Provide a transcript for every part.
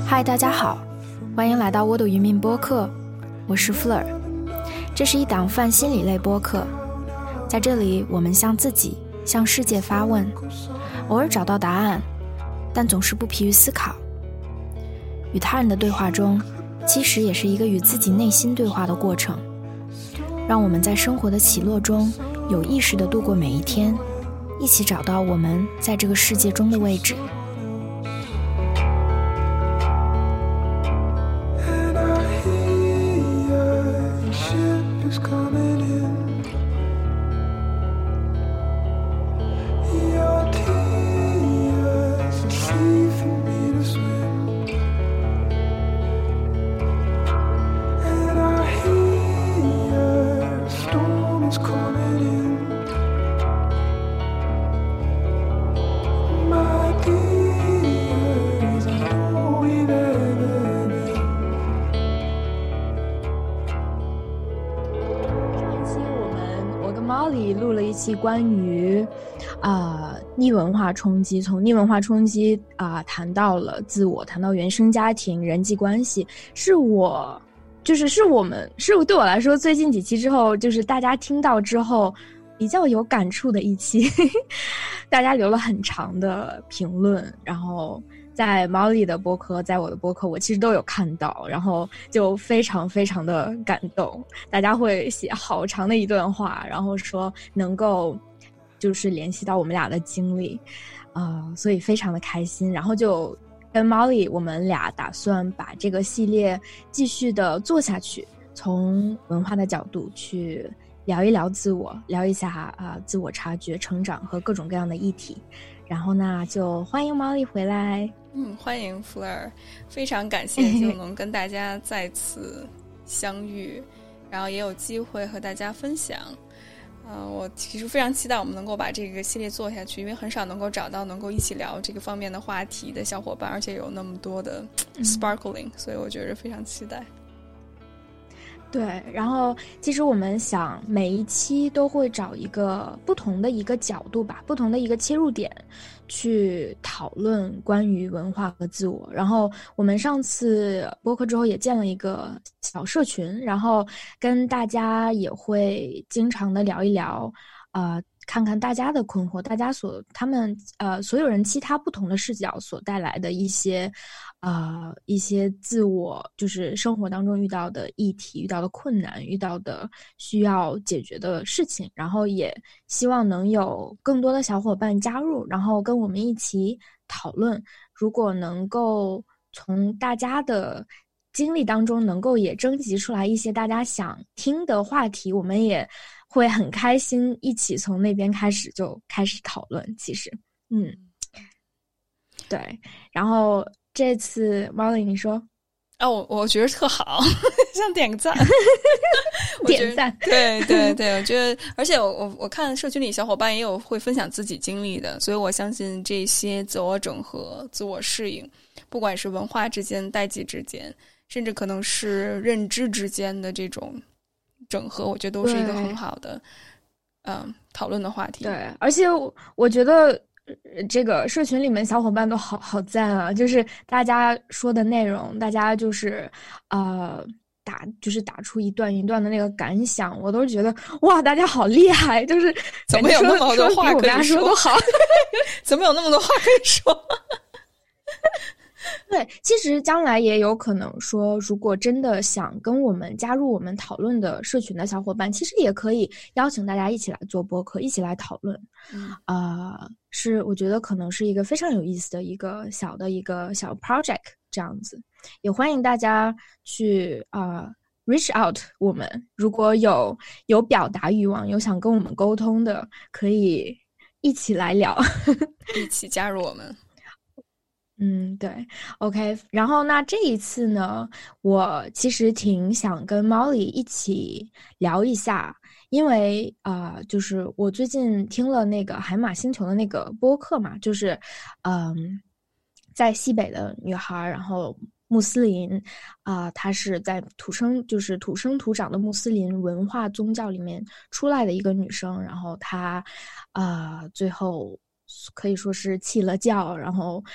嗨，大家好，欢迎来到我的渔民播客，我是 Fleur。这是一档泛心理类播客，在这里我们向自己、向世界发问，偶尔找到答案，但总是不疲于思考。与他人的对话中，其实也是一个与自己内心对话的过程。让我们在生活的起落中，有意识地度过每一天，一起找到我们在这个世界中的位置。关于逆文化冲击，从逆文化冲击谈到了自我，谈到原生家庭、人际关系，是对我来说最近几期之后，就是大家听到之后比较有感触的一期大家留了很长的评论，然后在Molly的播客，在我的播客，我其实都有看到，然后就非常非常的感动。大家会写好长的一段话，然后说能够就是联系到我们俩的经历，所以非常的开心。然后就跟Molly我们俩打算把这个系列继续的做下去，从文化的角度去聊一聊自我，聊一下自我察觉、成长和各种各样的议题。然后呢，就欢迎Molly回来。 欢迎 Fleur， 非常感谢就能跟大家再次相遇，然后也有机会和大家分享。我其实非常期待我们能够把这个系列做下去，因为很少能够找到能够一起聊这个方面的话题的小伙伴，而且有那么多的 sparkling，所以我觉得非常期待。 对，然后其实我们想每一期都会找一个不同的一个角度吧，不同的一个切入点去讨论关于文化和自我。然后我们上次播客之后也建了一个小社群，然后跟大家也会经常的聊一聊，看看大家的困惑，他们所有人其他不同的视角所带来的一些自我就是生活当中遇到的议题、遇到的困难、遇到的需要解决的事情，然后也希望能有更多的小伙伴加入，然后跟我们一起讨论。如果能够从大家的经历当中能够也征集出来一些大家想听的话题，我们也会很开心一起从那边开始讨论。其实对，然后这次 Molly 你说我觉得特好想点个赞点赞对对对，我觉得而且我看社群里小伙伴也有会分享自己经历的，所以我相信这些自我整合、自我适应，不管是文化之间、代际之间，甚至可能是认知之间的这种整合，我觉得都是一个很好的讨论的话题。 对，而且我觉得这个社群里面小伙伴都好赞啊，就是大家说的内容，大家就是打出一段一段的那个感想，我都觉得哇，大家好厉害，就是怎么有那么多话可以说都好怎么有那么多话可以说对，其实将来也有可能说，如果真的想跟我们加入我们讨论的社群的小伙伴，其实也可以邀请大家一起来做播客，一起来讨论。我觉得可能是一个非常有意思的一个小 project 这样子，也欢迎大家去reach out 我们，如果有表达欲望，有想跟我们沟通的，可以一起来聊一起加入我们。 对 OK。 然后那这一次呢，我其实挺想跟 Molly 一起聊一下，因为就是我最近听了那个海马星球的那个播客嘛，就是在西北的女孩，然后穆斯林她是在土生土长的穆斯林文化宗教里面出来的一个女生，然后她最后可以说是弃了教，然后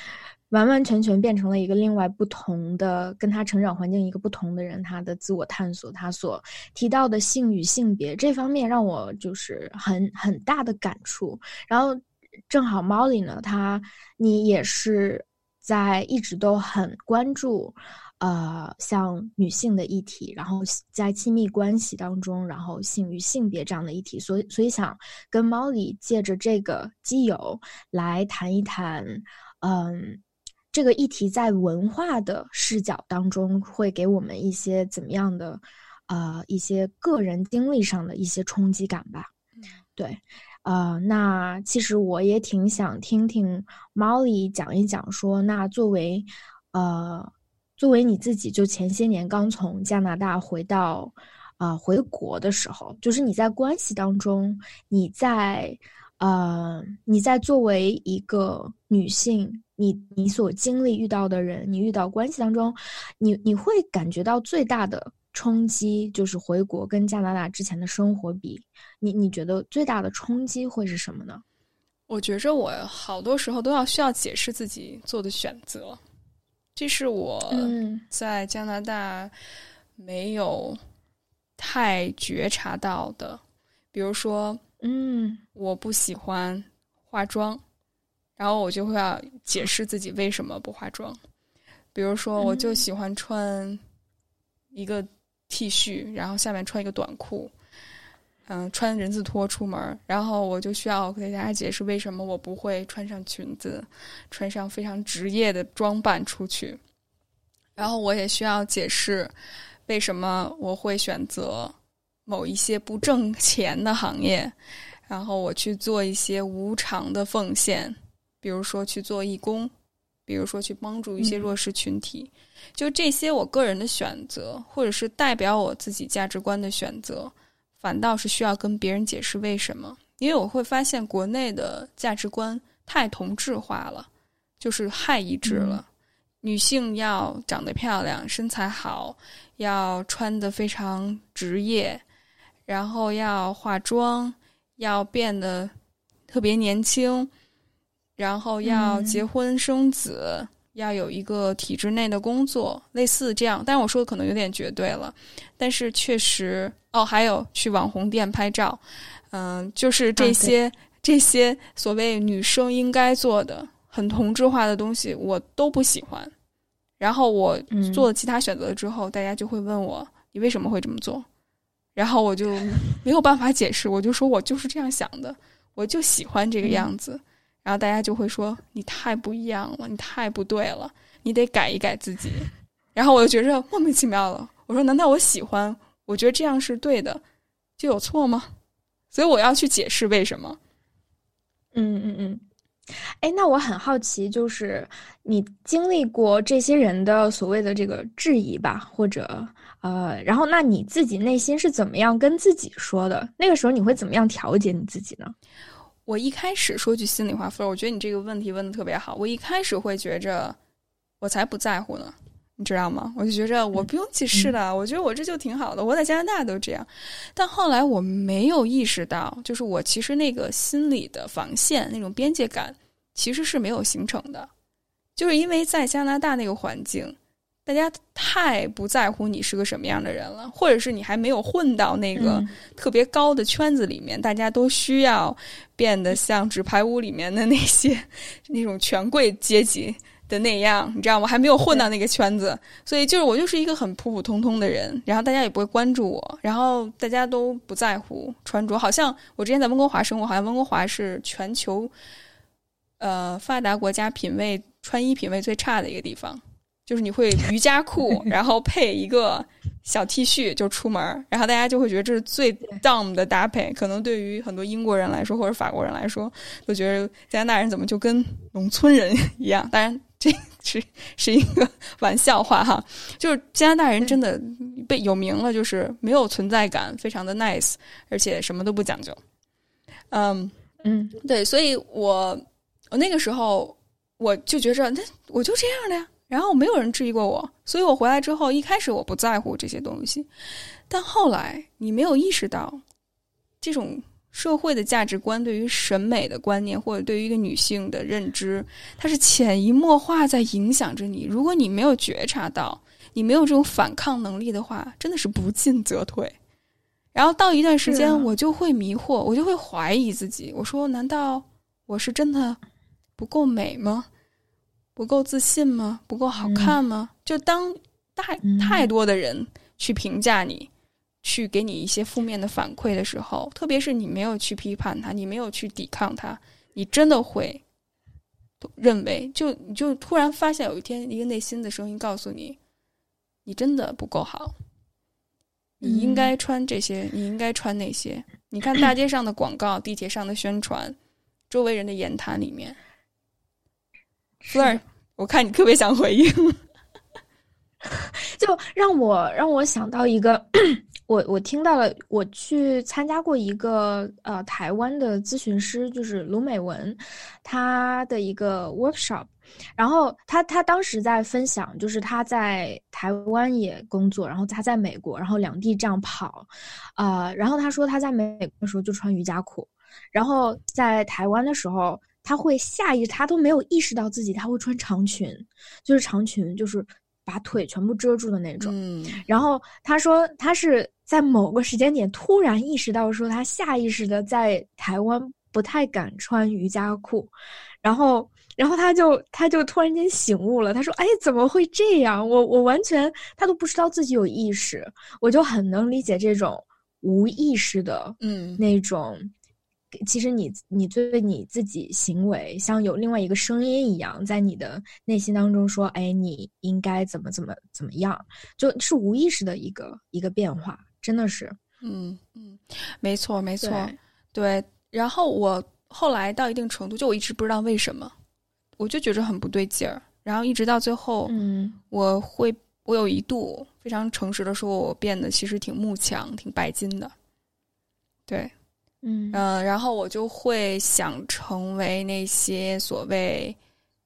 完完全全变成了一个另外不同的，跟他成长环境一个不同的人，他的自我探索，他所提到的性与性别这方面让我就是很大的感触。然后正好 Molly 呢，你也是在一直都很关注像女性的议题，然后在亲密关系当中，然后性与性别这样的议题，所以想跟 Molly 借着这个基友来谈一谈这个议题在文化的视角当中会给我们一些怎么样的一些个人经历上的一些冲击感吧。对，那其实我也挺想听听 Molly 讲一讲说，那作为你自己，就前些年刚从加拿大回国的时候，就是你在关系当中，你在作为一个女性，你所经历遇到的人，你遇到关系当中，你会感觉到最大的冲击就是回国跟加拿大之前的生活比，你觉得最大的冲击会是什么呢？ 我觉着我好多时候都需要解释自己做的选择，这是我在加拿大没有太觉察到的。比如说我不喜欢化妆，然后我就会要解释自己为什么不化妆。比如说我就喜欢穿一个 T 恤，然后下面穿一个短裤，穿人字拖出门，然后我就需要给大家解释为什么我不会穿上裙子，穿上非常职业的装扮出去。然后我也需要解释为什么我会选择某一些不挣钱的行业，然后我去做一些无偿的奉献，比如说去做义工，比如说去帮助一些弱势群体。就这些我个人的选择，或者是代表我自己价值观的选择，反倒是需要跟别人解释为什么。因为我会发现国内的价值观太同质化了，就是太一致了。女性要长得漂亮，身材好，要穿得非常职业，然后要化妆，要变得特别年轻，然后要结婚生子，要有一个体制内的工作，类似这样。但是我说的可能有点绝对了，但是确实还有去网红店拍照，就是这些所谓女生应该做的很同质化的东西我都不喜欢。然后我做了其他选择之后，大家就会问我你为什么会这么做，然后我就没有办法解释，我就说我就是这样想的，我就喜欢这个样子。然后大家就会说你太不一样了，你太不对了，你得改一改自己。然后我就觉着莫名其妙了，我说难道我喜欢，我觉得这样是对的，就有错吗？所以我要去解释为什么。 那我很好奇，就是你经历过这些人的所谓的这个质疑吧，或者然后那你自己内心是怎么样跟自己说的？那个时候你会怎么样调节你自己呢？ 我一开始说句心里话，Fleur，我觉得你这个问题问得特别好。我一开始会觉着我才不在乎呢，你知道吗？我就觉着我不用解释的，我觉得我这就挺好的，我在加拿大都这样。但后来我没有意识到，就是我其实那个心理的防线，那种边界感其实是没有形成的，就是因为在加拿大那个环境，大家太不在乎你是个什么样的人了，或者是你还没有混到那个特别高的圈子里面，大家都需要变得像纸牌屋里面的那种权贵阶级的那样，你知道吗？还没有混到那个圈子，所以就是我就是一个很普普通通的人，然后大家也不会关注我，然后大家都不在乎穿着。好像我之前在温哥华生活，好像温哥华是全球发达国家穿衣品味最差的一个地方，就是你会瑜伽裤然后配一个小 T 恤就出门，然后大家就会觉得这是最 dumb 的搭配。可能对于很多英国人来说或者法国人来说，都觉得加拿大人怎么就跟农村人一样，当然这是一个玩笑话哈。就是加拿大人真的被有名了，就是没有存在感，非常的 nice， 而且什么都不讲究。对，所以我那个时候我就觉着那我就这样的呀，然后没有人质疑过我，所以我回来之后一开始我不在乎这些东西，但后来你没有意识到这种社会的价值观，对于审美的观念，或者对于一个女性的认知，它是潜移默化在影响着你。如果你没有觉察到，你没有这种反抗能力的话，真的是不进则退。然后到一段时间，我就会迷惑，我就会怀疑自己。我说，难道我是真的不够美吗？不够自信吗？不够好看吗？就当太多的人去评价你，去给你一些负面的反馈的时候，特别是你没有去批判它，你没有去抵抗它，你真的会认为，你就突然发现有一天，一个内心的声音告诉你，你真的不够好，你应该穿这些，你应该穿那些。你看大街上的广告，地铁上的宣传，周围人的言谈里面。Fleur， 我看你特别想回应。 就让我想到一个，我听到了，我去参加过一个台湾的咨询师，就是卢美文，他的一个 workshop， 然后他当时在分享，就是他在台湾也工作，然后他在美国，然后两地这样跑，然后他说他在美国的时候就穿瑜伽裤，然后在台湾的时候。他会他都没有意识到自己他会穿长裙，就是长裙就是把腿全部遮住的那种。然后他说他是在某个时间点突然意识到说他下意识的在台湾不太敢穿瑜伽裤，然后他就突然间醒悟了，他说哎怎么会这样，我完全他都不知道自己有意识，我就很能理解这种无意识的那种其实你对你自己行为像有另外一个声音一样在你的内心当中说哎你应该怎么样，就是无意识的一个变化，真的是没错对。然后我后来到一定程度，就我一直不知道为什么，我就觉着很不对劲儿，然后一直到最后我有一度非常诚实的说我变得其实挺慕强挺拜金的，对然后我就会想成为那些所谓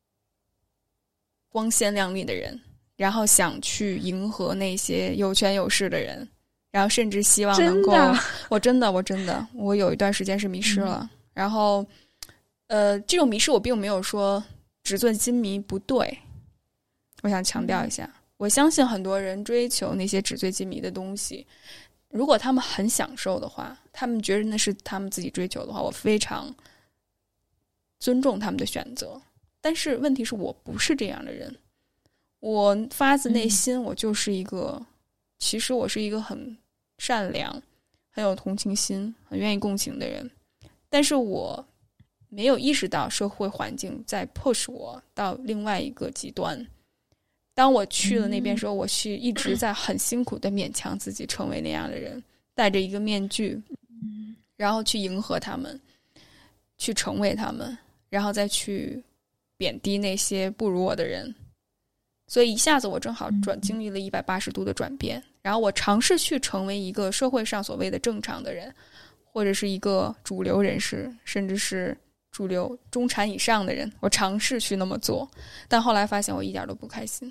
光鲜亮丽的人，然后想去迎合那些有权有势的人，然后甚至希望能够我真的我有一段时间是迷失了然后这种迷失我并没有说纸醉金迷不对，我想强调一下我相信很多人追求那些纸醉金迷的东西，如果他们很享受的话，他们觉得那是他们自己追求的话，我非常尊重他们的选择。但是问题是我不是这样的人，我发自内心我就是一个其实我是一个很善良很有同情心很愿意共情的人，但是我没有意识到社会环境在 push 我到另外一个极端。当我去了那边时候，我是一直在很辛苦的勉强自己成为那样的人，戴着一个面具然后去迎合他们，去成为他们，然后再去贬低那些不如我的人。所以一下子我正好经历了180度的转变，然后我尝试去成为一个社会上所谓的正常的人，或者是一个主流人士，甚至是主流中产以上的人，我尝试去那么做，但后来发现我一点都不开心。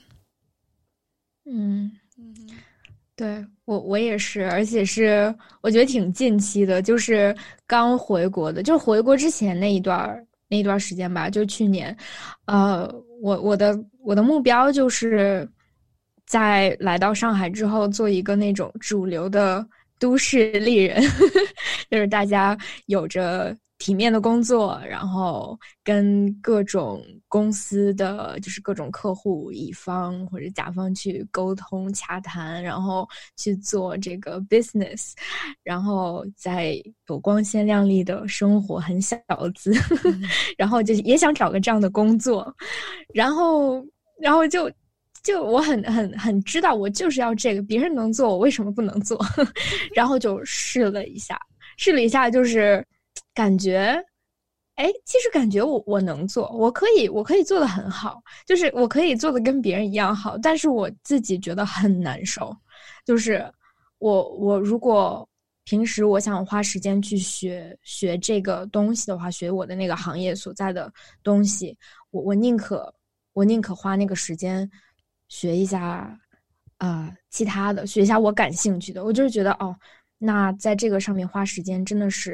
对，我也是，而且是我觉得挺近期的，就是刚回国的，就是回国之前那一段时间吧，就去年，我的目标就是在来到上海之后做一个那种主流的都市丽人，就是大家有着体面的工作，然后跟各种公司的就是各种客户乙方或者甲方去沟通洽谈，然后去做这个 business， 然后再有光鲜亮丽的生活，很小资然后就也想找个这样的工作，然后就我很知道我就是要这个，别人能做我为什么不能做然后就试了一下就是感觉其实感觉我能做，我可以做得很好，就是我可以做得跟别人一样好，但是我自己觉得很难受，就是我如果平时我想花时间去学这个东西的话，学我的那个行业所在的东西，我宁可花那个时间学一下其他的，学一下我感兴趣的，我就是觉得那在这个上面花时间真的是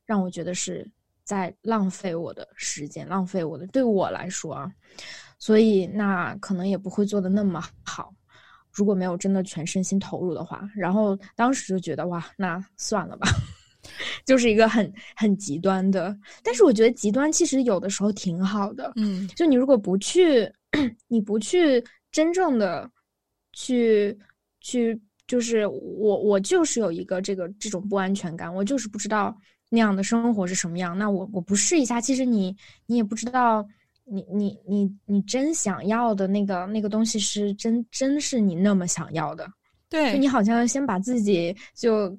让我觉得是在浪费我的时间，浪费我的，对我来说啊，所以那可能也不会做得那么好，如果没有真的全身心投入的话。然后当时就觉得哇，那算了吧。就是一个很极端的，但是我觉得极端其实有的时候挺好的。就你如果不去，你不去真正的去，就是我就是有一个这种不安全感，我就是不知道那样的生活是什么样。那我不试一下，其实你也不知道你真想要的那个东西是真是你那么想要的。 对， 就你好像先把自己就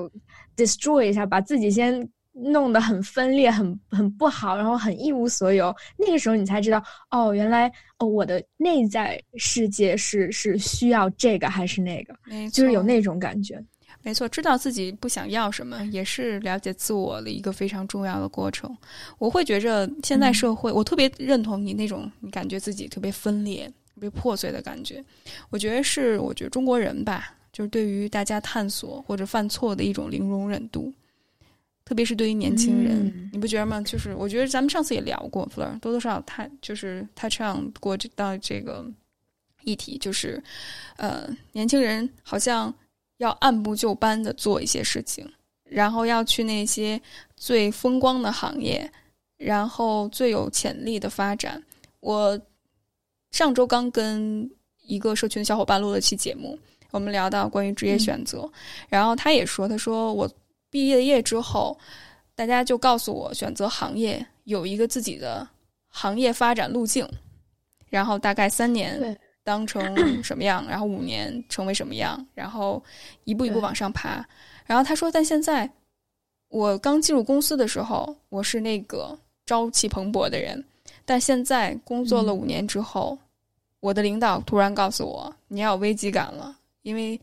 destroy 一下，把自己先弄得很分裂，很不好，然后很一无所有。那个时候你才知道，哦，原来我的内在世界是需要这个还是那个，就是有那种感觉。 没错，知道自己不想要什么，也是了解自我的一个非常重要的过程。我会觉着现在社会，我特别认同你那种你感觉自己特别分裂、特别破碎的感觉。我觉得中国人吧，就是对于大家探索或者犯错的一种零容忍度，特别是对于年轻人，你不觉得吗？就是我觉得咱们上次也聊过 Fleur 多多少少就是touch on 过到这个议题，就是年轻人好像要按部就班的做一些事情，然后要去那些最风光的行业，然后最有潜力的发展。我上周刚跟一个社群的小伙伴录了期节目，我们聊到关于职业选择，然后他也说，他说我毕业之后，大家就告诉我选择行业有一个自己的行业发展路径，然后大概3年当成什么样，然后5年成为什么样，然后一步一步往上爬。然后他说，但现在我刚进入公司的时候，我是那个朝气蓬勃的人，但现在工作了5年之后，我的领导突然告诉我，你要有危机感了，因为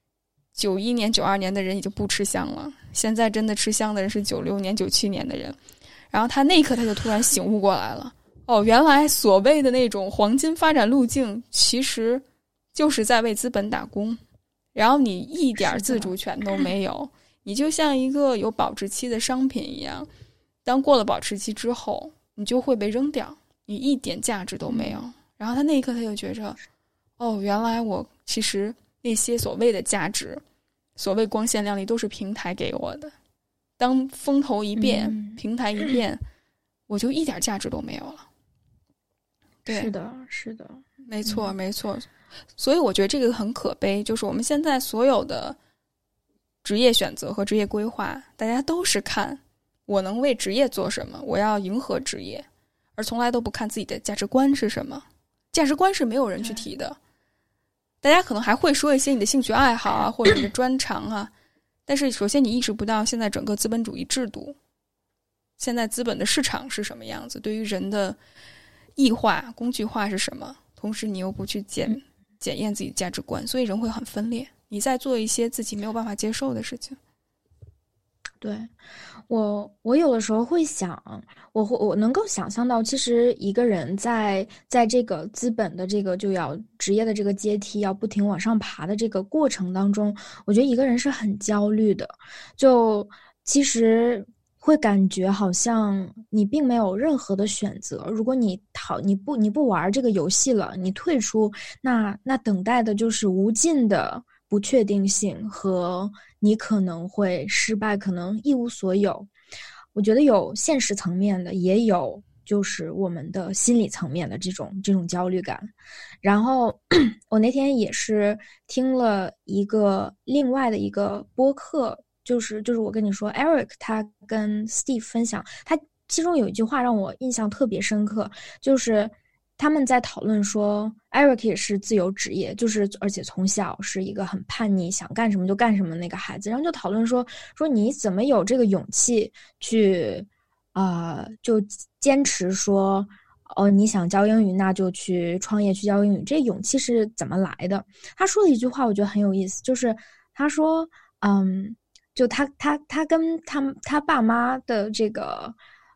91年、92年的人已经不吃香了，现在真的吃香的人是96年、97年的人。然后他那一刻他就突然醒悟过来了。哦，原来所谓的那种黄金发展路径，其实就是在为资本打工，然后你一点自主权都没有，你就像一个有保质期的商品一样，当过了保质期之后，你就会被扔掉，你一点价值都没有。然后他那一刻他就觉着，哦，原来我其实那些所谓的价值，所谓光鲜亮丽，都是平台给我的。当风头一变，平台一变，我就一点价值都没有了。对， 是的，是的， 没错，没错。所以我觉得这个很可悲，就是我们现在所有的职业选择和职业规划，大家都是看我能为职业做什么，我要迎合职业，而从来都不看自己的价值观是什么。价值观是没有人去提的，大家可能还会说一些你的兴趣爱好啊，或者你的专长啊，但是首先你意识不到现在整个资本主义制度，现在资本的市场是什么样子，对于人的异化、工具化是什么，同时你又不去检验自己的价值观，所以人会很分裂，你在做一些自己没有办法接受的事情。 对，我有的时候会想，我能够想象到，其实一个人在这个资本的这个就要职业的这个阶梯要不停往上爬的这个过程当中，我觉得一个人是很焦虑的，就其实会感觉好像你并没有任何的选择。如果你不玩这个游戏了，你退出，那等待的就是无尽的不确定性和你可能会失败，可能一无所有。我觉得有现实层面的，也有就是我们的心理层面的这种焦虑感。然后我那天也是听了另外的一个播客，就是我跟你说 Eric 他跟 Steve 分享，他其中有一句话让我印象特别深刻，就是他们在讨论说 Eric 也是自由职业，就是而且从小是一个很叛逆，想干什么就干什么那个孩子，然后就讨论说你怎么有这个勇气去就坚持说你想教英语那就去创业去教英语，这勇气是怎么来的？他说了一句话我觉得很有意思，就是他说就他跟他爸妈的这个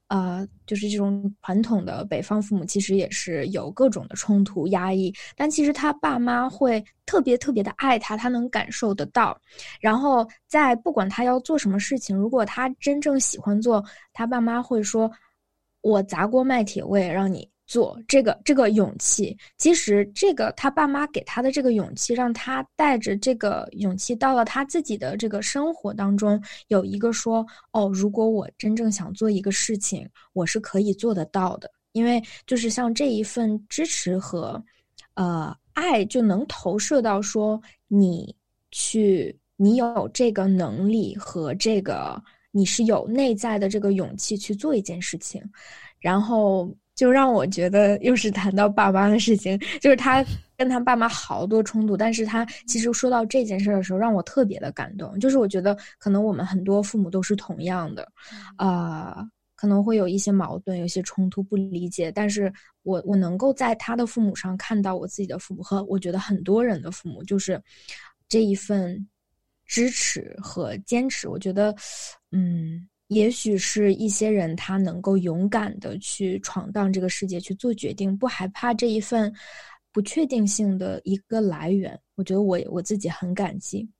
就是这种传统的北方父母其实也是有各种的冲突压抑，但其实他爸妈会特别特别的爱他，他能感受得到。然后在不管他要做什么事情，如果他真正喜欢做，他爸妈会说我砸锅卖铁我也让你做，这个勇气，其实这个他爸妈给他的这个勇气，让他带着这个勇气到了他自己的这个生活当中，有一个说如果我真正想做一个事情，我是可以做得到的。因为就是像这一份支持和爱，就能投射到说你有这个能力和这个你是有内在的这个勇气去做一件事情。然后就让我觉得又是谈到爸妈的事情，就是他跟他爸妈好多冲突，但是他其实说到这件事的时候让我特别的感动。就是我觉得可能我们很多父母都是同样的可能会有一些矛盾，有一些冲突，不理解，但是我能够在他的父母上看到我自己的父母，和我觉得很多人的父母，就是这一份支持和坚持。我觉得也许是一些人他能够勇敢的去闯荡这个世界，去做决定，不害怕这一份不确定性的一个来源。我觉得我自己很感激。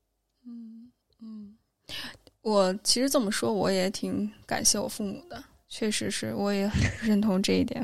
我其实这么说，我也挺感谢我父母的，确实是，我也很认同这一点。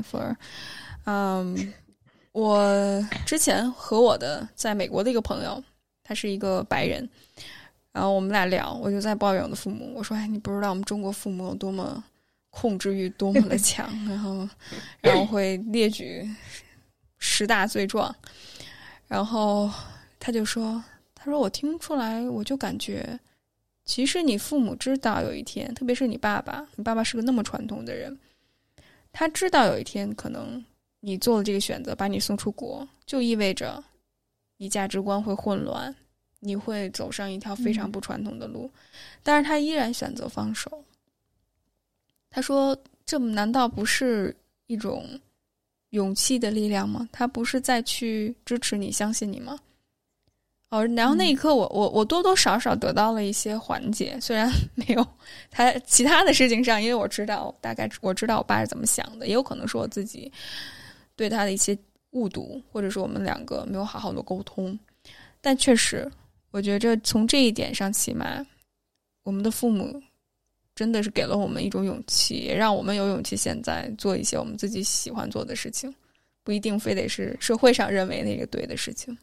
我之前和我的在美国的一个朋友，他是一个白人，然后我们俩聊，我就在抱怨我的父母，我说你不知道我们中国父母有多么控制欲多么的强然后会列举10大罪状，然后他说我听出来，我就感觉其实你父母知道有一天，特别是你爸爸是个那么传统的人，他知道有一天可能你做了这个选择，把你送出国，就意味着你价值观会混乱，你会走上一条非常不传统的路，但是他依然选择放手。他说这难道不是一种勇气的力量吗？他不是在去支持你，相信你吗？然后那一刻我多多少少得到了一些缓解，虽然没有他其他的事情上，因为我知道我爸是怎么想的，也有可能是我自己对他的一些误读，或者是我们两个没有好好的沟通。但确实我觉着从这一点上，起码我们的父母真的是给了我们一种勇气，也让我们有勇气现在做一些我们自己喜欢做的事情，不一定非得是社会上认为那个对的事情。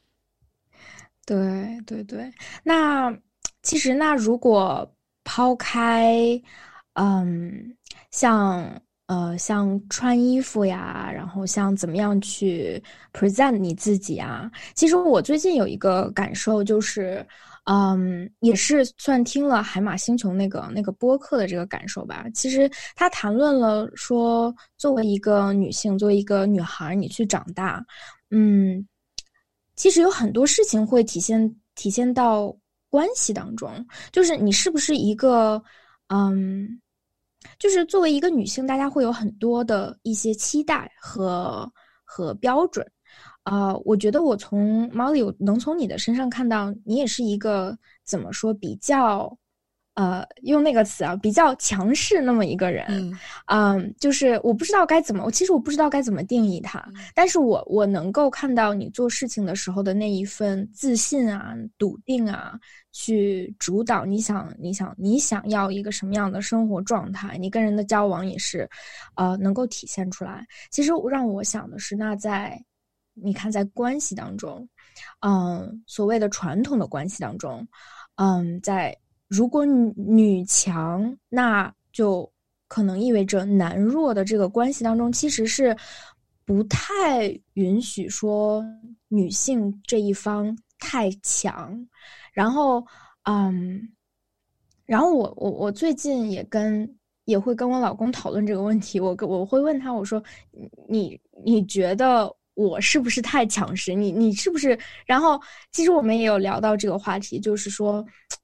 对对对，那其实如果抛开像穿衣服呀，然后像怎么样去 present 你自己啊，其实我最近有一个感受，就是也是算听了海马星球那个播客的这个感受吧。其实他谈论了说，作为一个女性，作为一个女孩，你去长大，其实有很多事情会体现到关系当中，就是你是不是一个就是作为一个女性，大家会有很多的一些期待和标准。我觉得我从 Molly 能从你的身上看到，你也是一个怎么说比较用那个词比较强势那么一个人。就是我不知道该怎么，其实我不知道该怎么定义它，但是我能够看到你做事情的时候的那一份自信啊、笃定啊，去主导你想要一个什么样的生活状态，你跟人的交往也是能够体现出来。其实让我想的是，那你看在关系当中，所谓的传统的关系当中，如果女强，那就可能意味着男弱的这个关系当中，其实是不太允许说女性这一方太强。然后我最近也会跟我老公讨论这个问题，我会问他，我说你觉得我是不是太强势？你是不是？然后其实我们也有聊到这个话题，就是说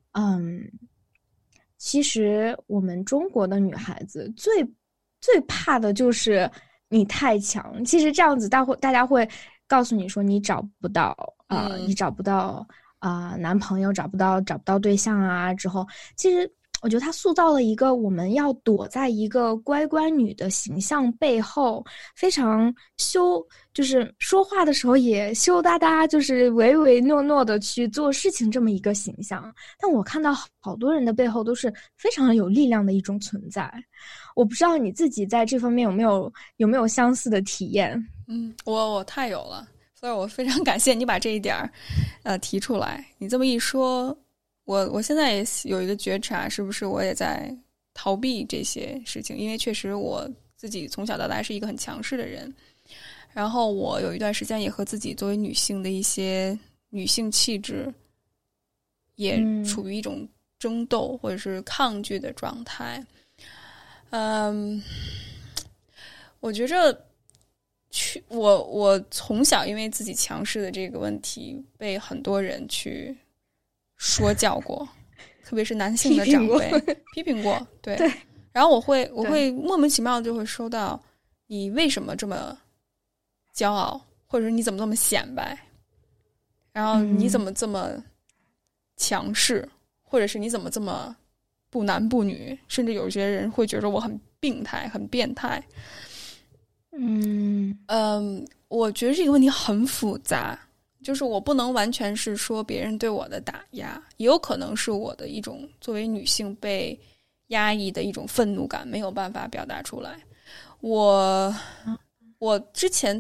其实我们中国的女孩子最怕的就是你太强。其实这样子大家会告诉你说你找不到男朋友，找不到对象啊之后，其实我觉得他塑造了一个我们要躲在一个乖乖女的形象背后，非常就是说话的时候也羞答答，就是唯唯诺诺的去做事情这么一个形象。但我看到好多人的背后都是非常有力量的一种存在。我不知道你自己在这方面有没有相似的体验？ 我太有了，所以我非常感谢你把这一点提出来。你这么一说，我现在也有一个觉察，是不是我也在逃避这些事情？因为确实我自己从小到大是一个很强势的人，然后我有一段时间也和自己作为女性的一些女性气质也处于一种争斗或者是抗拒的状态。我觉着我从小因为自己强势的这个问题被很多人去说教过，特别是男性的长辈批评过，对。然后我会莫名其妙就会收到你为什么这么骄傲，或者是你怎么这么显摆，然后你怎么这么强势，或者是你怎么这么不男不女，甚至有些人会觉得我很病态很变态。我觉得这个问题很复杂，就是我不能完全是说别人对我的打压，也有可能是我的一种作为女性被压抑的一种愤怒感没有办法表达出来。我之前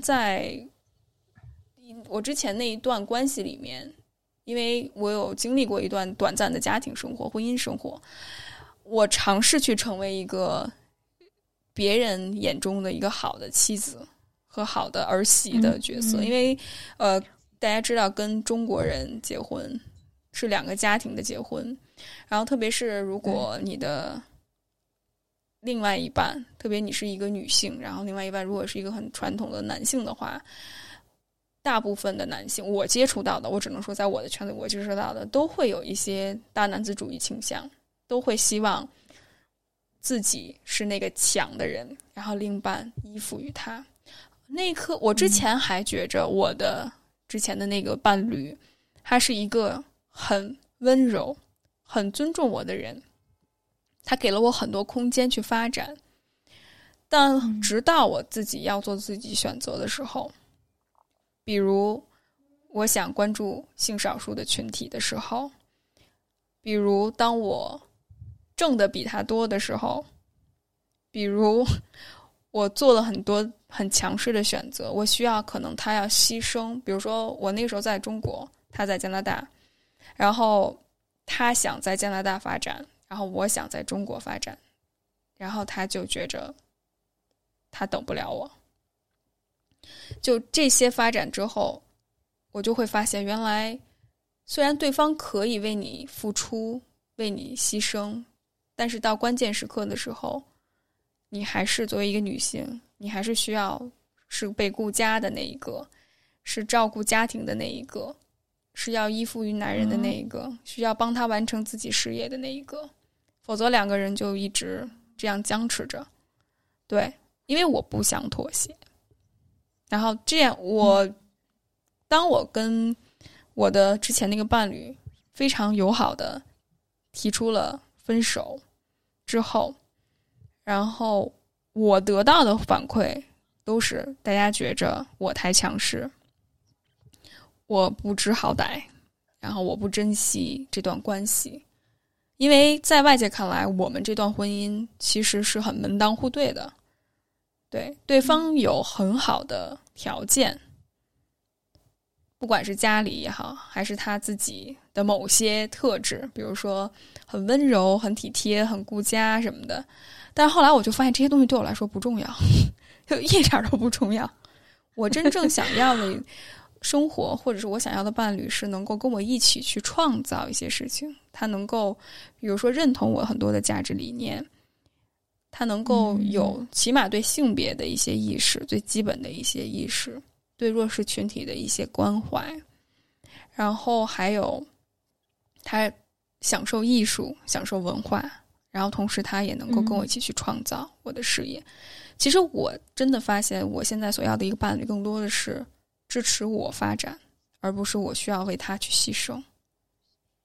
那一段关系里面，因为我有经历过一段短暂的家庭生活婚姻生活，我尝试去成为一个别人眼中的一个好的妻子和好的儿媳的角色，因为大家知道跟中国人结婚是两个家庭的结婚，然后特别是如果你的另外一半，特别你是一个女性，然后另外一半如果是一个很传统的男性的话，大部分的男性我接触到的，我只能说在我的圈子我接触到的都会有一些大男子主义倾向，都会希望自己是那个强的人，然后另一半依附于他。那一刻我之前还觉着我的之前的那个伴侣他是一个很温柔很尊重我的人，他给了我很多空间去发展。但直到我自己要做自己选择的时候，比如我想关注性少数的群体的时候，比如当我挣的比他多的时候，比如我做了很多很强势的选择，我需要可能他要牺牲，比如说我那个时候在中国，他在加拿大，然后他想在加拿大发展，然后我想在中国发展，然后他就觉着他等不了我。就这些发展之后，我就会发现原来虽然对方可以为你付出为你牺牲，但是到关键时刻的时候，你还是作为一个女性，你还是需要是被顾家的那一个，是照顾家庭的那一个，是要依附于男人的那一个，需要帮他完成自己事业的那一个，否则两个人就一直这样僵持着。对，因为我不想妥协。然后这样当我跟我的之前那个伴侣非常友好的提出了分手之后，然后我得到的反馈都是大家觉着我太强势，我不知好歹，然后我不珍惜这段关系。因为在外界看来，我们这段婚姻其实是很门当户对的，对方有很好的条件，不管是家里也好，还是他自己的某些特质，比如说很温柔很体贴很顾家什么的。但后来我就发现这些东西对我来说不重要，就一点都不重要。我真正想要的生活或者是我想要的伴侣是能够跟我一起去创造一些事情，他能够比如说认同我很多的价值理念，他能够有起码对性别的一些意识，最基本的一些意识，对弱势群体的一些关怀，然后还有他享受艺术享受文化，然后同时他也能够跟我一起去创造我的事业。其实我真的发现我现在所要的一个伴侣更多的是支持我发展，而不是我需要为他去牺牲。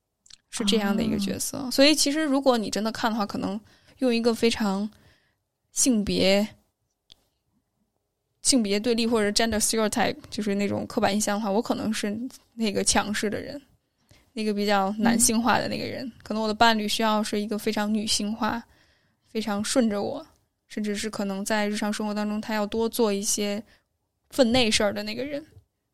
是这样的一个角色。所以其实如果你真的看的话，可能用一个非常性别对立或者 gender stereotype， 就是那种刻板印象的话，我可能是那个强势的人，那个比较男性化的那个人，可能我的伴侣需要是一个非常女性化，非常顺着我，甚至是可能在日常生活当中他要多做一些分内事儿的那个人。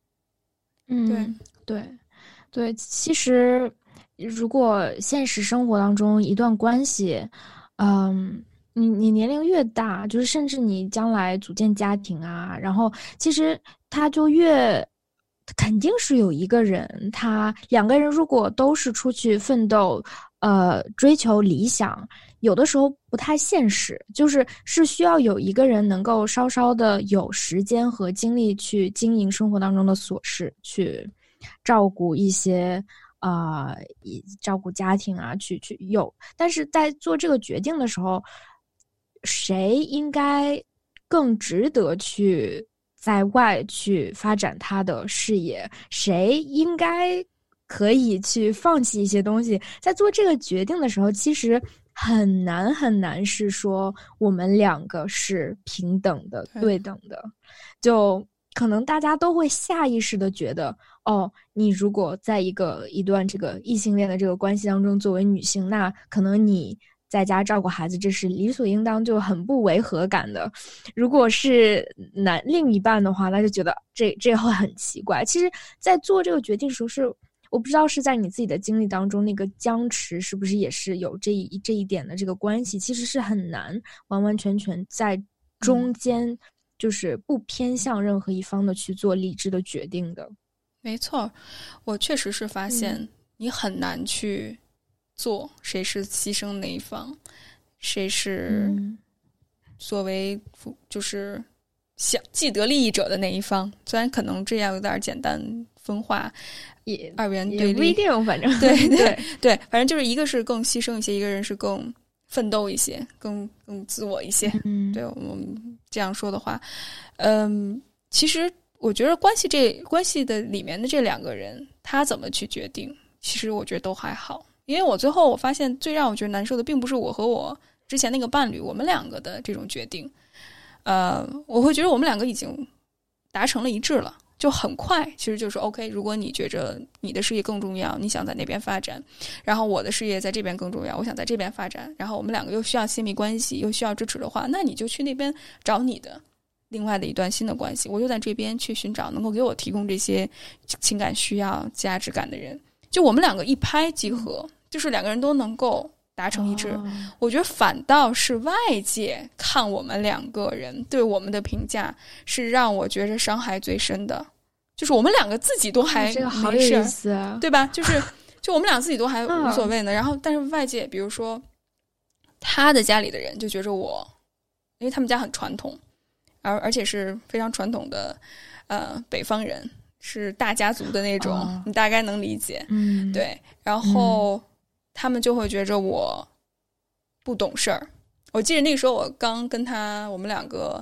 对，其实如果现实生活当中一段关系，你年龄越大，就是甚至你将来组建家庭啊，然后其实他就肯定是有一个人，两个人如果都是出去奋斗，追求理想，有的时候不太现实，是需要有一个人能够稍稍的有时间和精力去经营生活当中的琐事，去照顾一些照顾家庭啊，但是在做这个决定的时候，谁应该更值得去在外去发展他的事业，谁应该可以去放弃一些东西，在做这个决定的时候，其实很难是说我们两个是平等的、对等的，就可能大家都会下意识的觉得，你如果在一段这个异性恋的这个关系当中，作为女性，那可能你在家照顾孩子，这是理所应当，就很不违和感的。如果是另一半的话，那就觉得这会很奇怪。其实在做这个决定的时候，我不知道是在你自己的经历当中，那个僵持是不是也是有这一点的这个关系，其实是很难完完全全在中间就是不偏向任何一方的去做理智的决定的。 没错，我确实是发现你很难去做谁是牺牲那一方，谁是作为就是既得利益者的那一方，虽然可能这样有点简单分化，二元对立， 也不一定，反正对，反正就是一个是更牺牲一些，一个人是更奋斗一些，更自我一些。对，我们这样说的话，其实我觉得关系的里面的这两个人，他怎么去决定，其实我觉得都还好。因为我最后我发现最让我觉得难受的并不是我和我之前那个伴侣我们两个的这种决定，我会觉得我们两个已经达成了一致了，就很快，其实就是 OK， 如果你觉着你的事业更重要，你想在那边发展，然后我的事业在这边更重要，我想在这边发展，然后我们两个又需要亲密关系又需要支持的话，那你就去那边找你的另外的一段新的关系，我就在这边去寻找能够给我提供这些情感需要价值感的人，就我们两个一拍即合，就是两个人都能够达成一致。我觉得反倒是外界看我们两个人对我们的评价是让我觉得伤害最深的，就是我们两个自己都还没事， 这个好有意思啊， 对吧？就我们俩自己都还无所谓呢，然后但是外界比如说他的家里的人就觉着我，因为他们家很传统，而且是非常传统的北方人，是大家族的那种，你大概能理解。对，然后他们就会觉着我不懂事儿。我记得那个时候我刚跟我们两个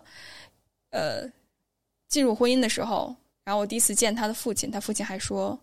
进入婚姻的时候，然后我第一次见他的父亲，他父亲还说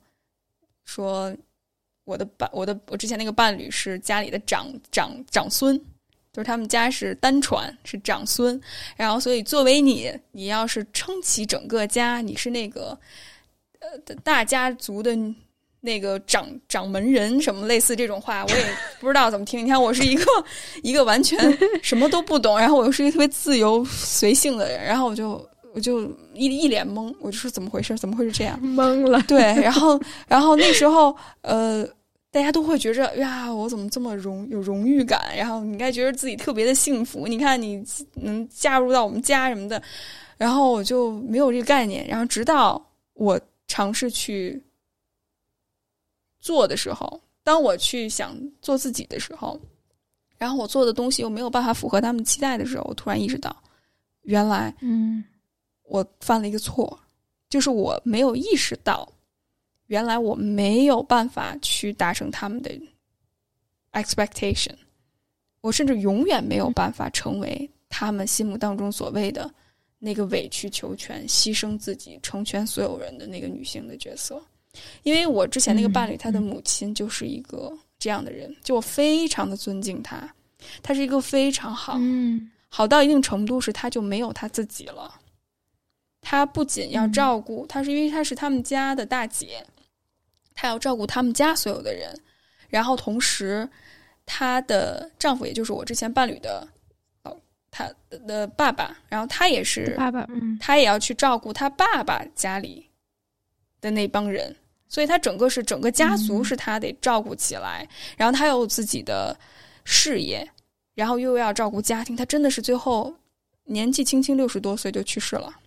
我之前那个伴侣是家里的长孙，就是他们家是单传，是长孙，然后所以作为你要是撑起整个家，你是那个大家族的那个掌门人什么类似这种话，我也不知道怎么听。你看我是一个完全什么都不懂，然后我又是一个特别自由随性的人，然后我就一脸懵，我就说怎么回事？怎么会是这样？ 懵了。 对，然后那时候大家都会觉着呀，我怎么这么有荣誉感？然后你应该觉得自己特别的幸福。你看你能加入到我们家什么的，然后我就没有这个概念。然后直到我尝试去做的时候，当我去想做自己的时候，然后我做的东西又没有办法符合他们期待的时候，我突然意识到，原来我犯了一个错，就是我没有意识到。原来我没有办法去达成他们的 expectation， 我甚至永远没有办法成为他们心目当中所谓的那个委曲求全、牺牲自己、成全所有人的那个女性的角色。因为我之前那个伴侣，他的母亲就是一个这样的人，就我非常的尊敬他，他是一个非常好，好到一定程度是他就没有他自己了。他不仅要照顾，他是因为他是他们家的大姐，他要照顾他们家所有的人，然后同时她的丈夫也就是我之前伴侣的他的爸爸，然后他也是爸爸， 他也要去照顾他爸爸家里的那帮人，所以他整个家族是他得照顾起来，然后他有自己的事业，然后又要照顾家庭，他真的是最后年纪轻轻60多岁就去世了。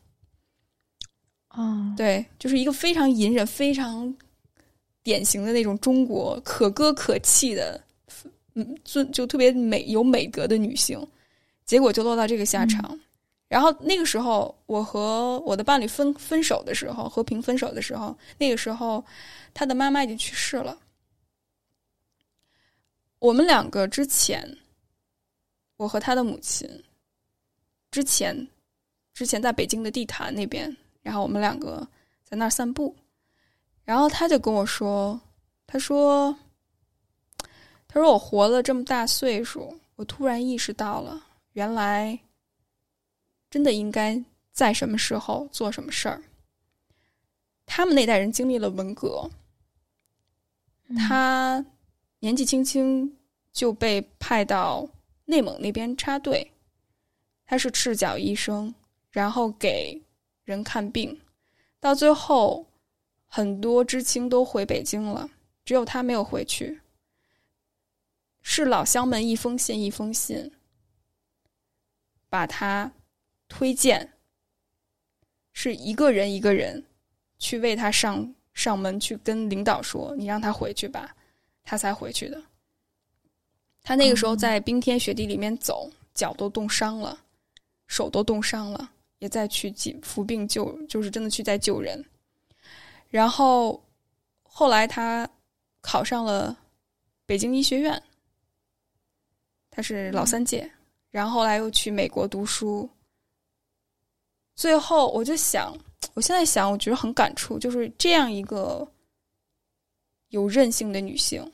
对，就是一个非常隐忍、非常典型的那种中国可歌可泣的，就特别有美德的女性，结果就落到这个下场。然后那个时候，我和我的伴侣分手的时候，和平分手的时候，那个时候他的妈妈已经去世了。我们两个之前，我和他的母亲之前在北京的地坛那边，然后我们两个在那儿散步，然后他就跟我说，他说我活了这么大岁数，我突然意识到了，原来真的应该在什么时候做什么事儿。他们那代人经历了文革，他年纪轻轻就被派到内蒙那边插队，他是赤脚医生，然后给人看病，到最后很多知青都回北京了，只有他没有回去，是老乡们一封信一封信把他推荐，是一个人一个人去为他上门，去跟领导说你让他回去吧，他才回去的。他那个时候在冰天雪地里面走，脚都冻伤了，手都冻伤了，也在去服病就是真的去在救人。然后后来他考上了北京医学院，他是老3届，然后后来又去美国读书。最后我就想，我现在想我觉得很感触，就是这样一个有韧性的女性，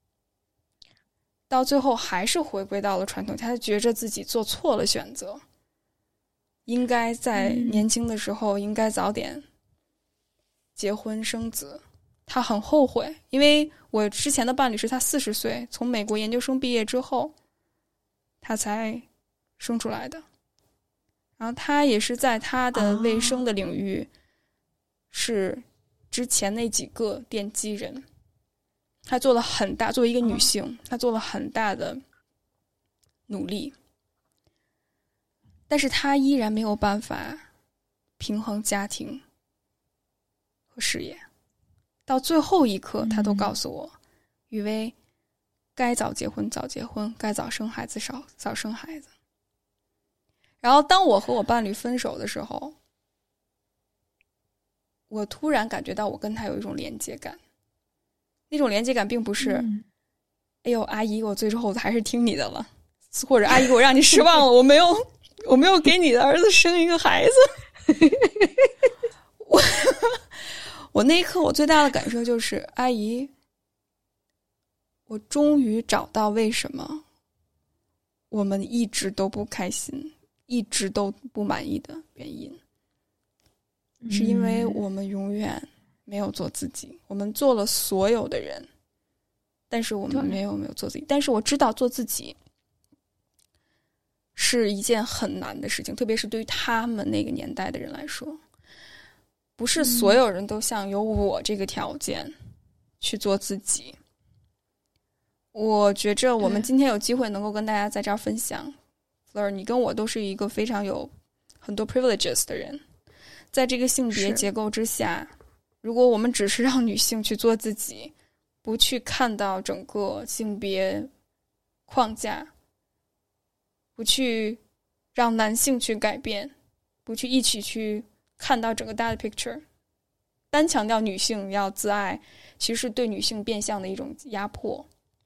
到最后还是回归到了传统，她觉着自己做错了选择，应该在年轻的时候应该早点结婚生子。她很后悔，因为我之前的伴侣是她40岁从美国研究生毕业之后她才生出来的，然后她也是在她的卫生的领域是之前那几个奠基人，她做了很大，作为一个女性她做了很大的努力，但是她依然没有办法平衡家庭和事业，到最后一刻她都告诉我，雨薇，该早结婚早结婚，该早生孩子早生孩子。然后当我和我伴侣分手的时候，我突然感觉到我跟他有一种连接感，那种连接感并不是哎呦阿姨我最后还是听你的了，或者阿姨我让你失望了，我没有给你的儿子生一个孩子我那一刻我最大的感受就是阿姨，我终于找到为什么我们一直都不开心，一直都不满意的原因，是因为我们永远没有做自己，我们做了所有的人，但是我们没有做自己。但是我知道做自己是一件很难的事情，特别是对于他们那个年代的人来说，不是所有人都像有我这个条件去做自己。我觉着我们今天有机会能够跟大家在这儿分享，Fleur，你跟我都是一个非常有很多 privileges 的人，在这个性别结构之下，如果我们只是让女性去做自己，不去看到整个性别框架，不去让男性去改变，不去一起去看到整个大的 picture， 单强调女性要自爱，其实是对女性变相的一种压迫。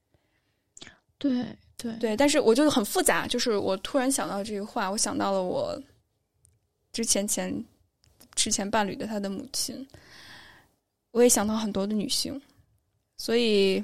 对，但是我就很复杂，就是我突然想到这个话，我想到了我之前伴侣的他的母亲，我也想到很多的女性，所以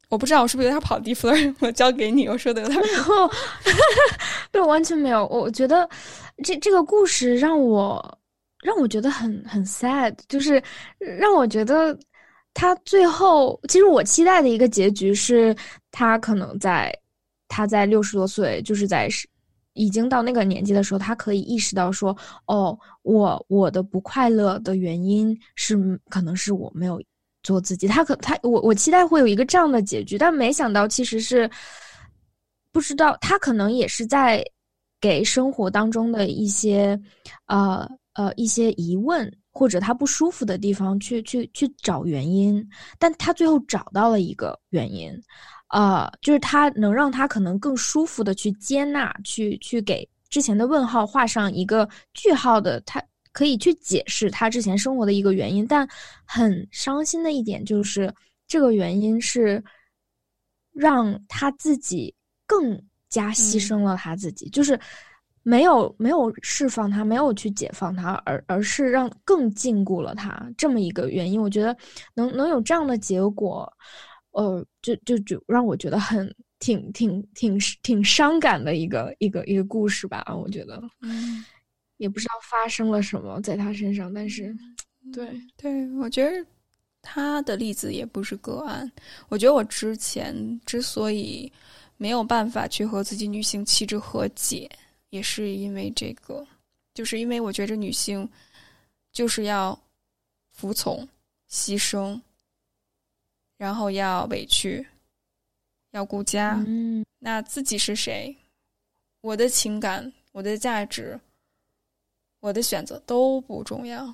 我不知道我是不是有点跑题，Fleur，我交给你，我说的有点对，完全没有。我觉得这个故事让我觉得很 sad， 就是让我觉得他最后，其实我期待的一个结局是他可能他在60多岁，就是已经到那个年纪的时候，他可以意识到说，哦，我的不快乐的原因可能是我没有做自己。我期待会有一个这样的结局，但没想到其实是不知道，他可能也是在给生活当中的一些一些疑问或者他不舒服的地方去找原因，但他最后找到了一个原因。就是他能让他可能更舒服的去接纳，去给之前的问号画上一个句号的，他可以去解释他之前生活的一个原因。但很伤心的一点就是，这个原因是让他自己更加牺牲了他自己，就是没有释放他，没有去解放他，而是更禁锢了他，这么一个原因。我觉得能有这样的结果。就让我觉得挺伤感的一个故事吧，我觉得，也不知道发生了什么在他身上，但是， 对，我觉得他的例子也不是个案。我觉得我之前之所以没有办法去和自己女性气质和解，也是因为这个，就是因为我觉得女性就是要服从、牺牲。然后要委屈，要顾家，那自己是谁？我的情感、我的价值、我的选择都不重要。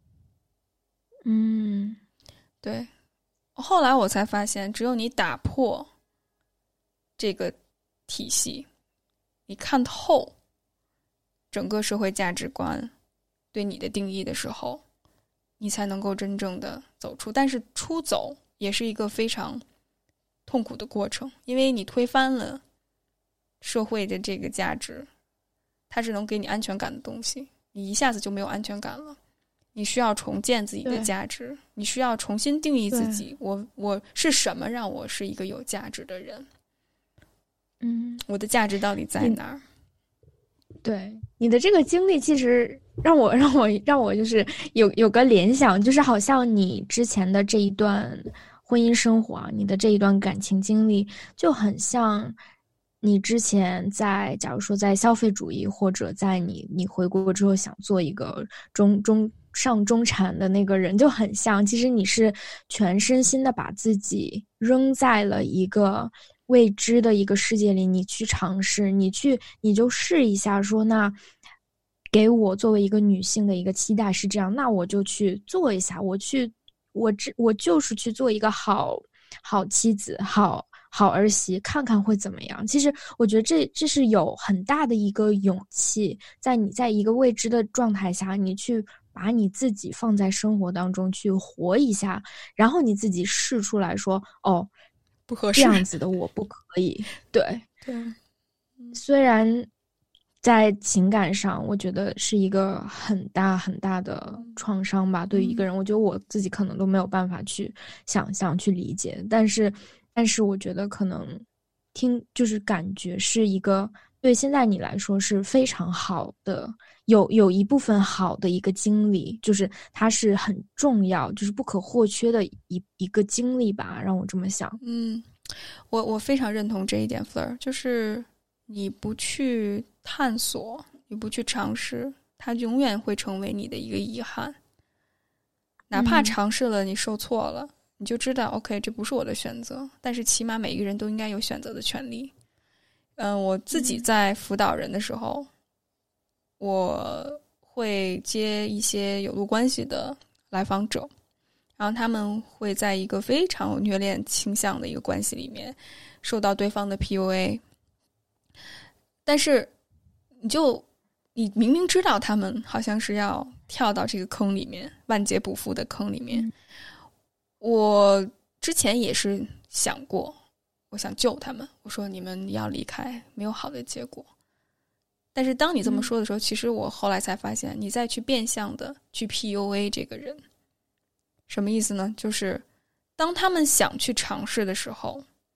对。后来我才发现，只有你打破这个体系，你看透整个社会价值观对你的定义的时候，你才能够真正的走出。但是出走也是一个非常痛苦的过程，因为你推翻了社会的这个价值，它是能给你安全感的东西，你一下子就没有安全感了。你需要重建自己的价值，你需要重新定义自己，我是什么让我是一个有价值的人？我的价值到底在哪儿？ 对，你的这个经历其实让我就是有个联想，就是好像你之前的这一段婚姻生活啊，你的这一段感情经历，就很像你之前假如说在消费主义，或者在你回国之后想做一个上中产的那个人，就很像。其实你是全身心的把自己扔在了一个未知的一个世界里，你去尝试，你就试一下说，那给我作为一个女性的一个期待是这样，那我就去做一下，我就是去做一个好妻子，好儿媳，看看会怎么样。其实我觉得这是有很大的一个勇气，在你在一个未知的状态下，你去把你自己放在生活当中去活一下，然后你自己试出来说，哦， 不合适， 这样子的我不可以。对，虽然在情感上，我觉得是一个很大很大的创伤吧。对于一个人，我觉得我自己可能都没有办法去想象、去理解。但是，我觉得可能就是感觉是一个对现在你来说是非常好的，有一部分好的一个经历，就是它是很重要，就是不可或缺的一个经历吧，让我这么想。 我非常认同这一点 ，Fleur， 就是你不去探索，你不去尝试，它永远会成为你的一个遗憾。哪怕尝试了，你受挫了，你就知道 OK， 这不是我的选择，但是起码每一个人都应该有选择的权利。我自己在辅导人的时候，我会接一些有路关系的来访者，然后他们会在一个非常有虐恋倾向的一个关系里面受到对方的 PUA， 但是你明明知道他们好像是要跳到这个坑里面，万劫不复的坑里面。我之前也是想过，我想救他们，我说你们要离开，没有好的结果。但是当你这么说的时候，其实我后来才发现，你再去变相的去 PUA 这个人，什么意思呢？就是当他们想去尝试的时候，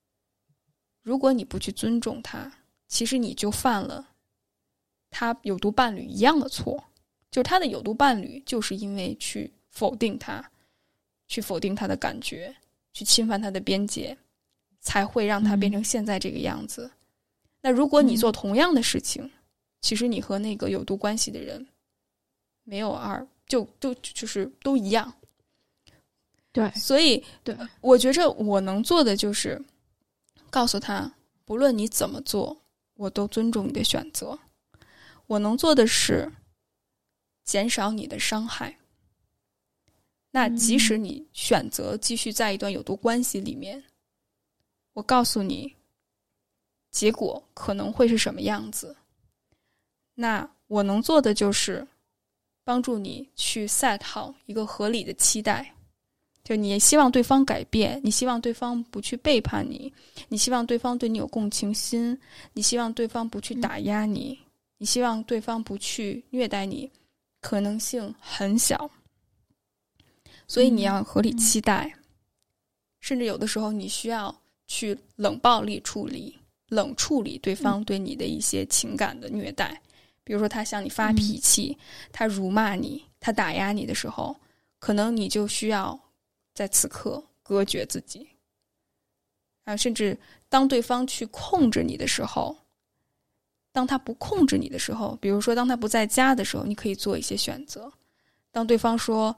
如果你不去尊重他，其实你就犯了他有毒伴侣一样的错，就是他的有毒伴侣就是因为去否定他，去否定他的感觉，去侵犯他的边界，才会让他变成现在这个样子。那如果你做同样的事情，其实你和那个有毒关系的人没有就是都一样。 对， 所以对， 我觉着我能做的就是告诉他，不论你怎么做，我都尊重你的选择。我能做的是减少你的伤害。那即使你选择继续在一段有毒关系里面，我告诉你结果可能会是什么样子。那我能做的就是帮助你去 set 好一个合理的期待，就你希望对方改变，你希望对方不去背叛你，你希望对方对你有共情心，你希望对方不去打压你，你希望对方不去虐待你，可能性很小。所以你要合理期待，甚至有的时候你需要去冷暴力处理对方对你的一些情感的虐待。比如说他向你发脾气，他辱骂你，他打压你的时候，可能你就需要在此刻隔绝自己。甚至当对方去控制你的时候，当他不控制你的时候，比如说当他不在家的时候，你可以做一些选择。当对方说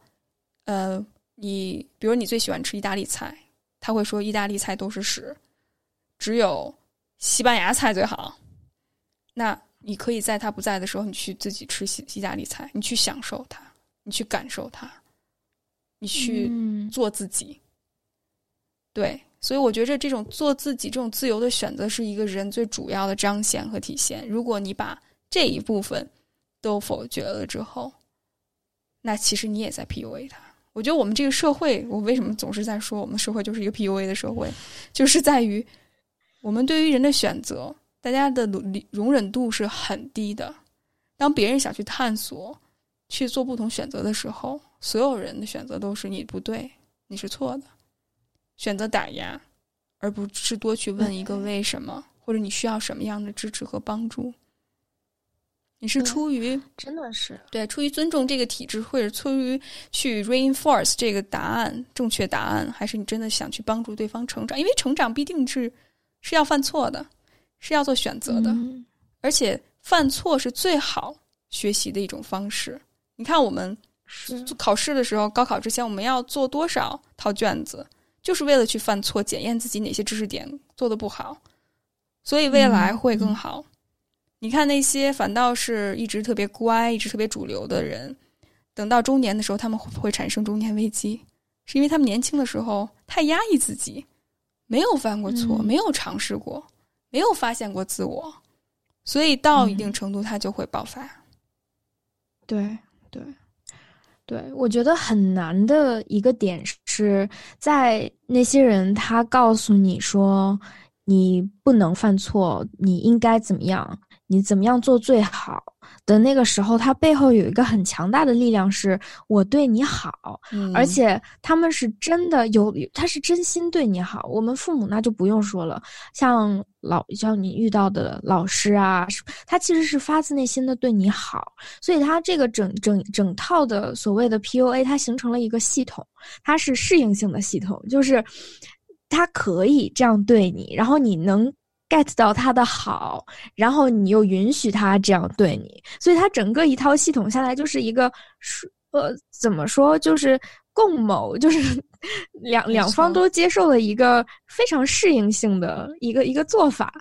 比如你最喜欢吃意大利菜，他会说意大利菜都是屎，只有西班牙菜最好。那你可以在他不在的时候，你去自己吃意大利菜，你去享受它，你去感受它，你去做自己。对，所以我觉着这种做自己这种自由的选择是一个人最主要的彰显和体现。如果你把这一部分都否决了之后，那其实你也在 PUA 他。我觉得我们这个社会，我为什么总是在说我们社会就是一个 PUA 的社会，就是在于我们对于人的选择，大家的容忍度是很低的。当别人想去探索去做不同选择的时候，所有人的选择都是你不对，你是错的，选择打压，而不是多去问一个为什么，或者你需要什么样的支持和帮助。你是出于真的是对出于尊重这个体制，或者出于去 reinforce 这个答案正确答案，还是你真的想去帮助对方成长？因为成长必定是要犯错的，是要做选择的，而且犯错是最好学习的一种方式。你看我们考试的时候，高考之前我们要做多少套卷子，就是为了去犯错，检验自己哪些知识点做得不好，所以未来会更好。你看那些反倒是一直特别乖，一直特别主流的人，等到中年的时候，他们会产生中年危机，是因为他们年轻的时候太压抑自己，没有犯过错，没有尝试过，没有发现过自我，所以到一定程度他就会爆发。 对对对，我觉得很难的一个点是在那些人他告诉你说你不能犯错，你应该怎么样，你怎么样做最好的那个时候，他背后有一个很强大的力量，是我对你好，而且他们是真的他是真心对你好。我们父母那就不用说了，像你遇到的老师啊，他其实是发自内心的对你好，所以他这个整套的所谓的 PUA， 它形成了一个系统，它是适应性的系统，就是他可以这样对你，然后你能get 到他的好，然后你又允许他这样对你，所以他整个一套系统下来就是一个怎么说，就是共谋，就是两方都接受了一个非常适应性的一个做法，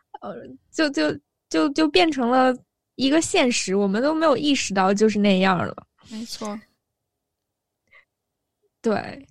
就变成了一个现实，我们都没有意识到就是那样了。 没错， 对，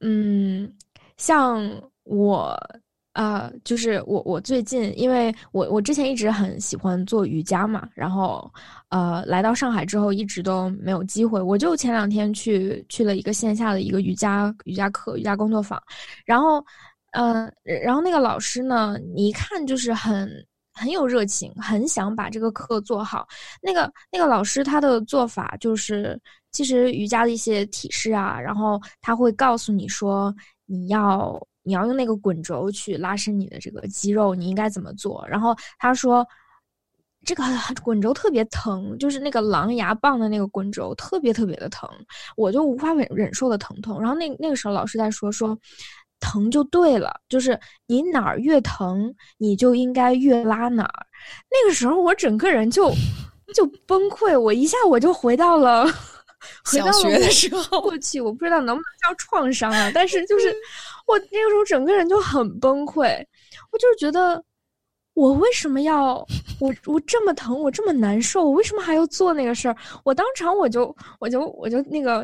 像我就是我最近，因为我之前一直很喜欢做瑜伽嘛，然后来到上海之后一直都没有机会，我就前2天去了一个线下的一个瑜伽课、瑜伽工作坊，然后那个老师呢，你一看就是很有热情，很想把这个课做好。那个老师他的做法就是，其实瑜伽的一些体式啊，然后他会告诉你说，你要你要用那个滚轴去拉伸你的这个肌肉，你应该怎么做？然后他说这个滚轴特别疼，就是那个狼牙棒的那个滚轴特别特别的疼，我就无法忍受的疼痛。然后那个时候老师在说疼就对了，就是你哪儿越疼，你就应该越拉哪儿。那个时候我整个人就崩溃，我一下我就回到了小学的时候过去，我不知道能不能叫创伤啊，但是就是我那个时候整个人就很崩溃，我就觉得我为什么要我这么疼，我这么难受，我为什么还要做那个事儿？我当场我就那个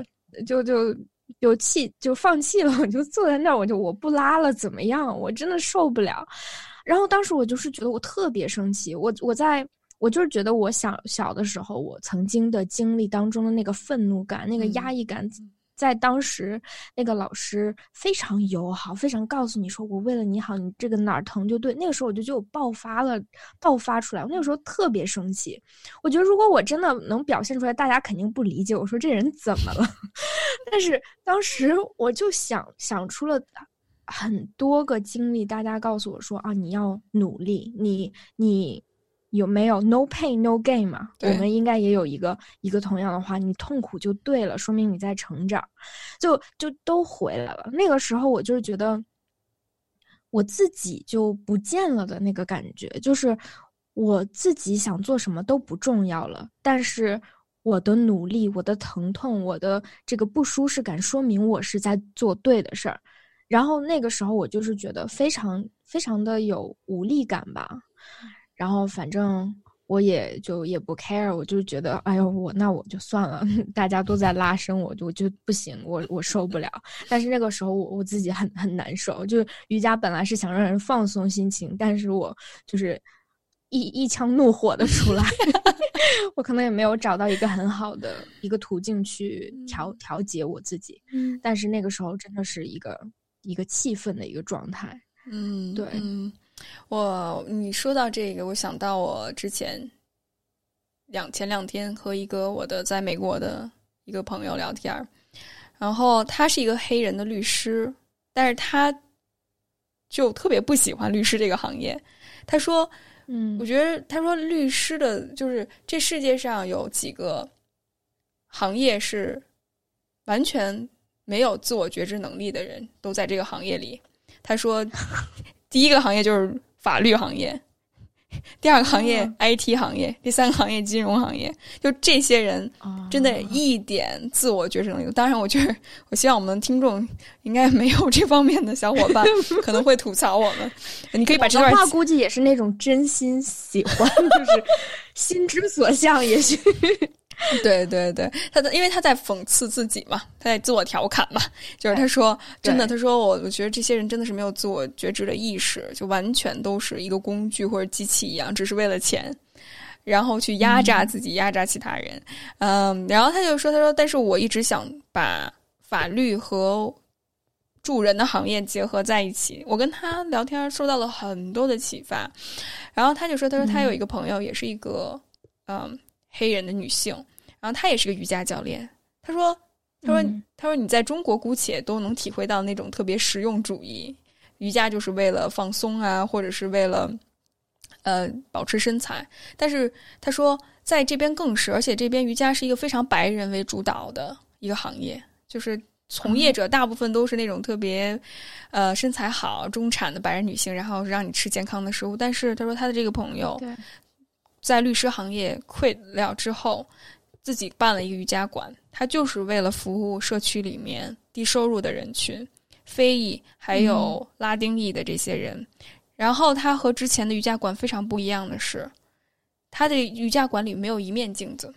就放弃了，我就坐在那儿，我不拉了，怎么样？我真的受不了。然后当时我就是觉得我特别生气，我就是觉得我小的时候，我曾经的经历当中的那个愤怒感、那个压抑感，在当时那个老师非常友好，非常告诉你说我为了你好，你这个哪儿疼就对。那个时候我就有爆发出来，我那个时候特别生气。我觉得如果我真的能表现出来，大家肯定不理解，我说这人怎么了？但是当时我就想出了很多个经历，大家告诉我说啊，你要努力，你有没有 no pain no gain 嘛？我们应该也有一个同样的话，你痛苦就对了，说明你在成长，就都回来了。那个时候我就是觉得我自己就不见了的那个感觉，就是我自己想做什么都不重要了，但是我的努力、我的疼痛、我的这个不舒适感，说明我是在做对的事儿。然后那个时候我就是觉得非常非常的有无力感吧，然后反正我也不 care， 我就觉得哎呦那我就算了，大家都在拉伸，我就不行，我受不了。但是那个时候我自己很难受，就是瑜伽本来是想让人放松心情，但是我就是一腔怒火的出来。我可能也没有找到一个很好的一个途径去调节我自己，但是那个时候真的是一个气愤的一个状态。对。 你说到这个，我想到我之前前2天和一个我的在美国的一个朋友聊天，然后他是一个黑人的律师，但是他就特别不喜欢律师这个行业。他说我觉得他说律师的就是这世界上有几个行业是完全没有自我觉知能力的人都在这个行业里。他说第一个行业就是法律行业，第二个行业 IT 行业，第三个行业金融行业，就这些人真的一点自我觉知能力。当然我觉得我希望我们听众应该没有这方面的小伙伴可能会吐槽我们。你可以把这段话估计也是那种真心喜欢，就是心之所向，也许对，因为他在讽刺自己嘛，他在自我调侃嘛，就是他说真的，他说我觉得这些人真的是没有自我觉知的意识，就完全都是一个工具或者机器一样，只是为了钱，然后去压榨自己，压榨其他人。然后他说但是我一直想把法律和助人的行业结合在一起。我跟他聊天受到了很多的启发，然后他说他有一个朋友也是一个黑人的女性，然后她也是个瑜伽教练。他说你在中国姑且都能体会到那种特别实用主义，瑜伽就是为了放松啊，或者是为了保持身材。但是他说在这边更是，而且这边瑜伽是一个非常白人为主导的一个行业，就是从业者大部分都是那种特别身材好中产的白人女性，然后让你吃健康的食物。但是他说他的这个朋友在律师行业溃了之后，自己办了一个瑜伽馆，他就是为了服务社区里面低收入的人群，非裔还有拉丁裔的这些人。然后他和之前的瑜伽馆非常不一样的是，他的瑜伽馆里没有一面镜子。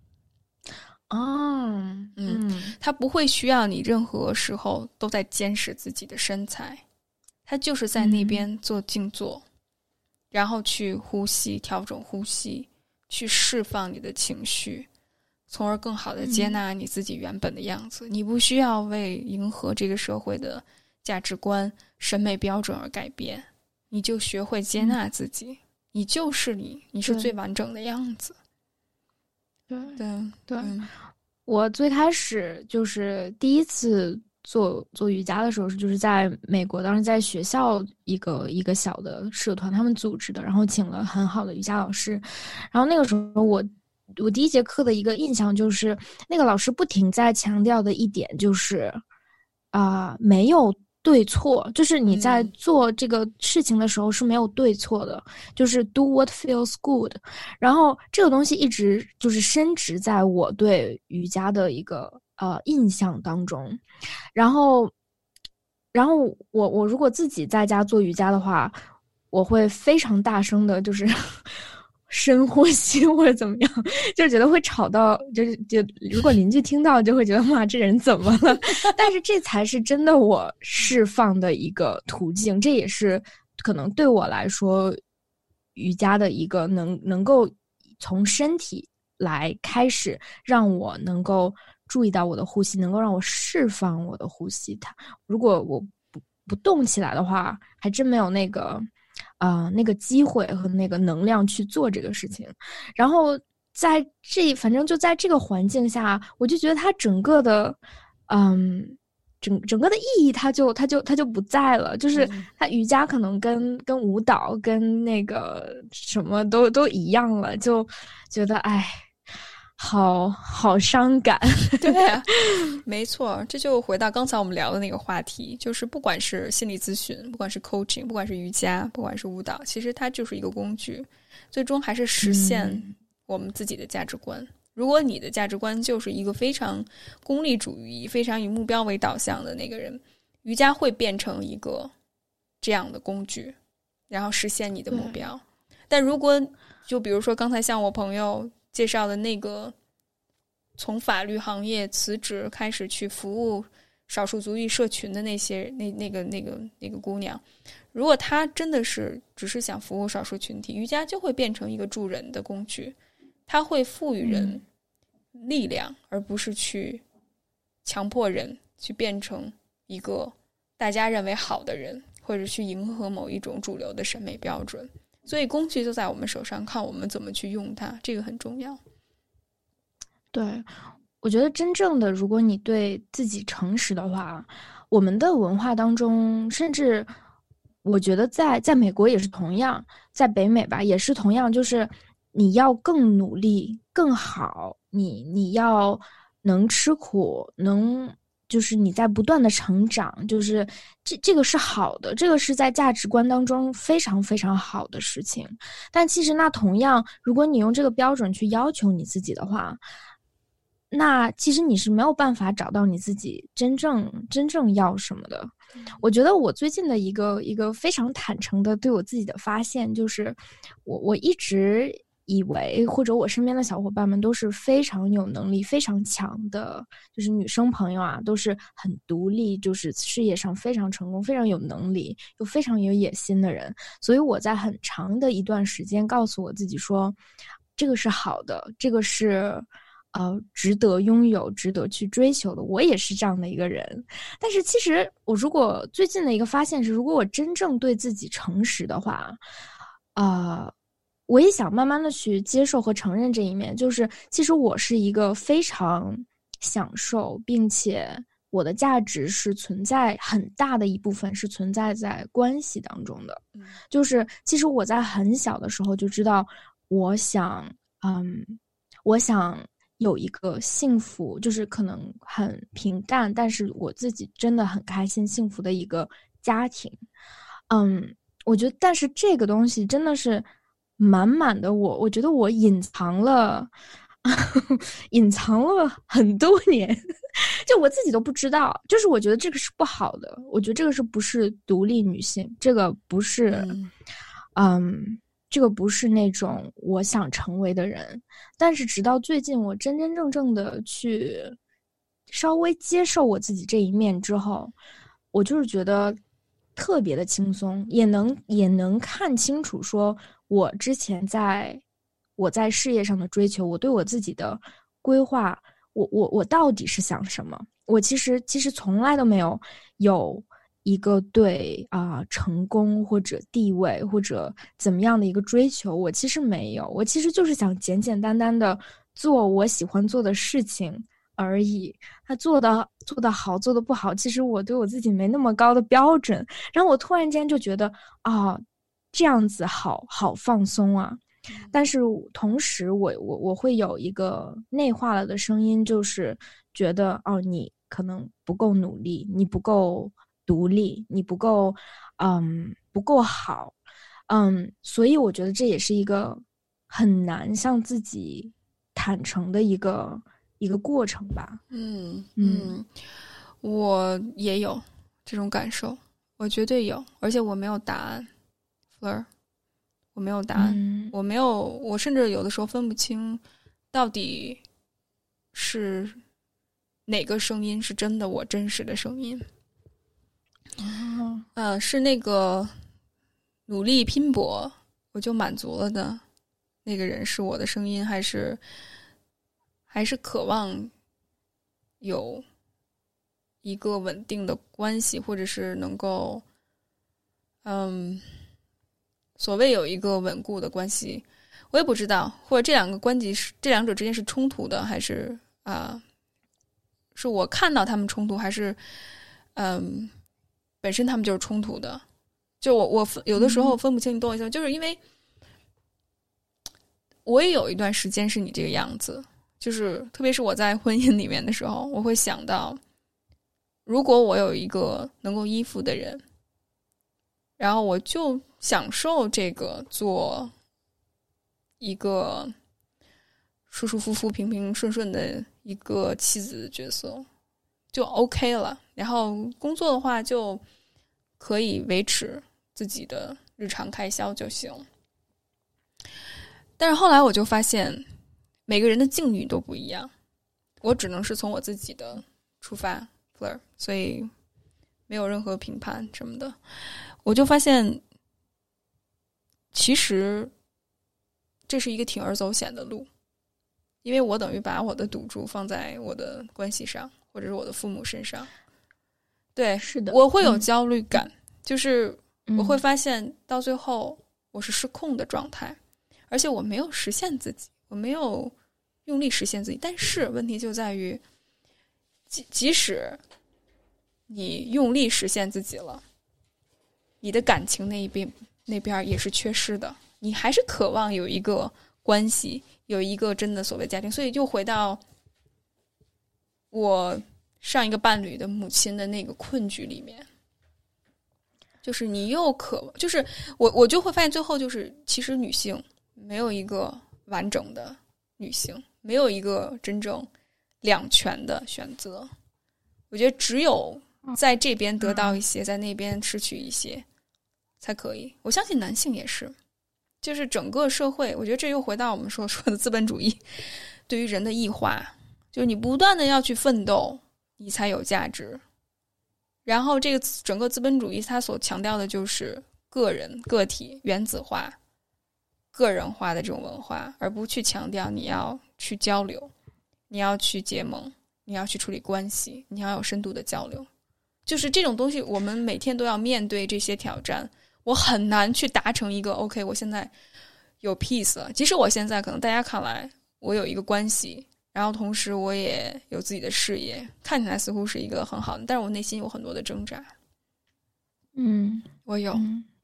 他不会需要你任何时候都在监视自己的身材，他就是在那边做静坐，然后去呼吸，调整呼吸，去释放你的情绪，从而更好的接纳你自己原本的样子。你不需要为迎合这个社会的价值观、审美标准而改变，你就学会接纳自己，你就是你是最完整的样子。对， 我最开始就是第一次做瑜伽的时候，就是在美国，当时在学校一个小的社团他们组织的，然后请了很好的瑜伽老师，然后那个时候我第一节课的一个印象就是，那个老师不停在强调的一点就是没有对错，就是你在做这个事情的时候是没有对错的，就是 do what feels good。然后这个东西一直就是深植在我对瑜伽的一个印象当中。然后我如果自己在家做瑜伽的话，我会非常大声的，就是深呼吸或者怎么样，就是觉得会吵到，就如果邻居听到就会觉得哇，这人怎么了？但是这才是真的我释放的一个途径，这也是可能对我来说瑜伽的一个能够从身体来开始让我能够注意到我的呼吸，能够让我释放我的呼吸。如果我不动起来的话，还真没有那个机会和那个能量去做这个事情。然后反正就在这个环境下，我就觉得它整个的整个的意义它就不在了，就是它瑜伽可能跟舞蹈跟那个什么都一样了，就觉得好伤感。 对啊，没错，这就回到刚才我们聊的那个话题，就是不管是心理咨询，不管是 coaching， 不管是瑜伽，不管是舞蹈，其实它就是一个工具，最终还是实现我们自己的价值观。如果你的价值观就是一个非常功利主义、非常以目标为导向的那个人，瑜伽会变成一个这样的工具，然后实现你的目标。但如果就比如说刚才像我朋友介绍的那个从法律行业辞职开始去服务少数族裔社群的那个姑娘，如果她真的是只是想服务少数群体，瑜伽就会变成一个助人的工具，它会赋予人力量，而不是去强迫人去变成一个大家认为好的人，或者去迎合某一种主流的审美标准。所以工具就在我们手上，看我们怎么去用它，这个很重要。 对，我觉得真正的如果你对自己诚实的话，我们的文化当中，甚至我觉得在美国也是同样，在北美吧也是同样，就是你要更努力更好，你要能吃苦，就是你在不断的成长，就是这个是好的，这个是在价值观当中非常非常好的事情。但其实那同样，如果你用这个标准去要求你自己的话，那其实你是没有办法找到你自己真正要什么的。我觉得我最近的一个非常坦诚的对我自己的发现，就是我一直以为，或者我身边的小伙伴们都是非常有能力非常强的，就是女生朋友啊，都是很独立，就是事业上非常成功，非常有能力又非常有野心的人。所以我在很长的一段时间告诉我自己说，这个是好的，这个是值得拥有，值得去追求的。我也是这样的一个人。但是其实我如果最近的一个发现是，如果我真正对自己诚实的话，我也想慢慢的去接受和承认这一面，就是其实我是一个非常享受，并且我的价值是存在很大的一部分是存在在关系当中的。就是其实我在很小的时候就知道，我想有一个幸福，就是可能很平淡，但是我自己真的很开心幸福的一个家庭。我觉得但是这个东西真的是满满的，我觉得我隐藏了很多年，就我自己都不知道。就是我觉得这个是不好的，我觉得这个不是独立女性，这个不是这个不是那种我想成为的人。但是直到最近我真正的去稍微接受我自己这一面之后，我就是觉得特别的轻松，也能看清楚说我之前我在事业上的追求，我对我自己的规划，我到底是想什么。我其实从来都没有一个对成功或者地位或者怎么样的一个追求，我其实没有。我其实就是想简简单单的做我喜欢做的事情， 而已，他做的好，做的不好，其实我对我自己没那么高的标准。然后我突然间就觉得啊，这样子好放松啊。但是同时我会有一个内化了的声音，就是觉得哦，你可能不够努力，你不够独立，你不够不够好。所以我觉得这也是一个很难向自己坦诚的一个过程吧。 我也有这种感受，我绝对有，而且我没有答案 Fleur， 我没有答案，我甚至有的时候分不清到底是哪个声音是真的我真实的声音。是那个努力拼搏我就满足了的那个人是我的声音，还是渴望有一个稳定的关系，或者是能够所谓有一个稳固的关系，我也不知道，或者这两者之间是冲突的，还是是我看到他们冲突，还是本身他们就是冲突的。就我有的时候分不清，你懂我意思，就是因为我也有一段时间是你这个样子，就是特别是我在婚姻里面的时候，我会想到，如果我有一个能够依附的人，然后我就享受这个做一个舒舒服服、平平顺顺的一个妻子的角色，就 OK 了。然后工作的话，就可以维持自己的日常开销就行。但是后来我就发现，每个人的境遇都不一样，我只能是从我自己的出发 Fleur， 所以没有任何评判什么的。我就发现，其实这是一个铤而走险的路，因为我等于把我的赌注放在我的关系上，或者是我的父母身上。对， 是的， 我会有焦虑感，就是我会发现到最后我是失控的状态，而且我没有实现自己，我没有用力实现自己。但是问题就在于，即使你用力实现自己了，你的感情那边也是缺失的，你还是渴望有一个关系，有一个真的所谓家庭。所以就回到我上一个伴侣的母亲的那个困局里面，就是你又就是我就会发现最后就是其实女性没有一个完整的女性，没有一个真正两全的选择。我觉得只有在这边得到一些，在那边失去一些才可以。我相信男性也是，就是整个社会，我觉得这又回到我们说的资本主义对于人的异化，就是你不断的要去奋斗，你才有价值。然后这个整个资本主义它所强调的就是个人、个体、原子化、个人化的这种文化，而不去强调你要去交流，你要去结盟，你要去处理关系，你要有深度的交流。就是这种东西我们每天都要面对这些挑战，我很难去达成一个 OK 我现在有 peace 了。即使我现在可能大家看来我有一个关系，然后同时我也有自己的事业，看起来似乎是一个很好的，但是我内心有很多的挣扎。我有。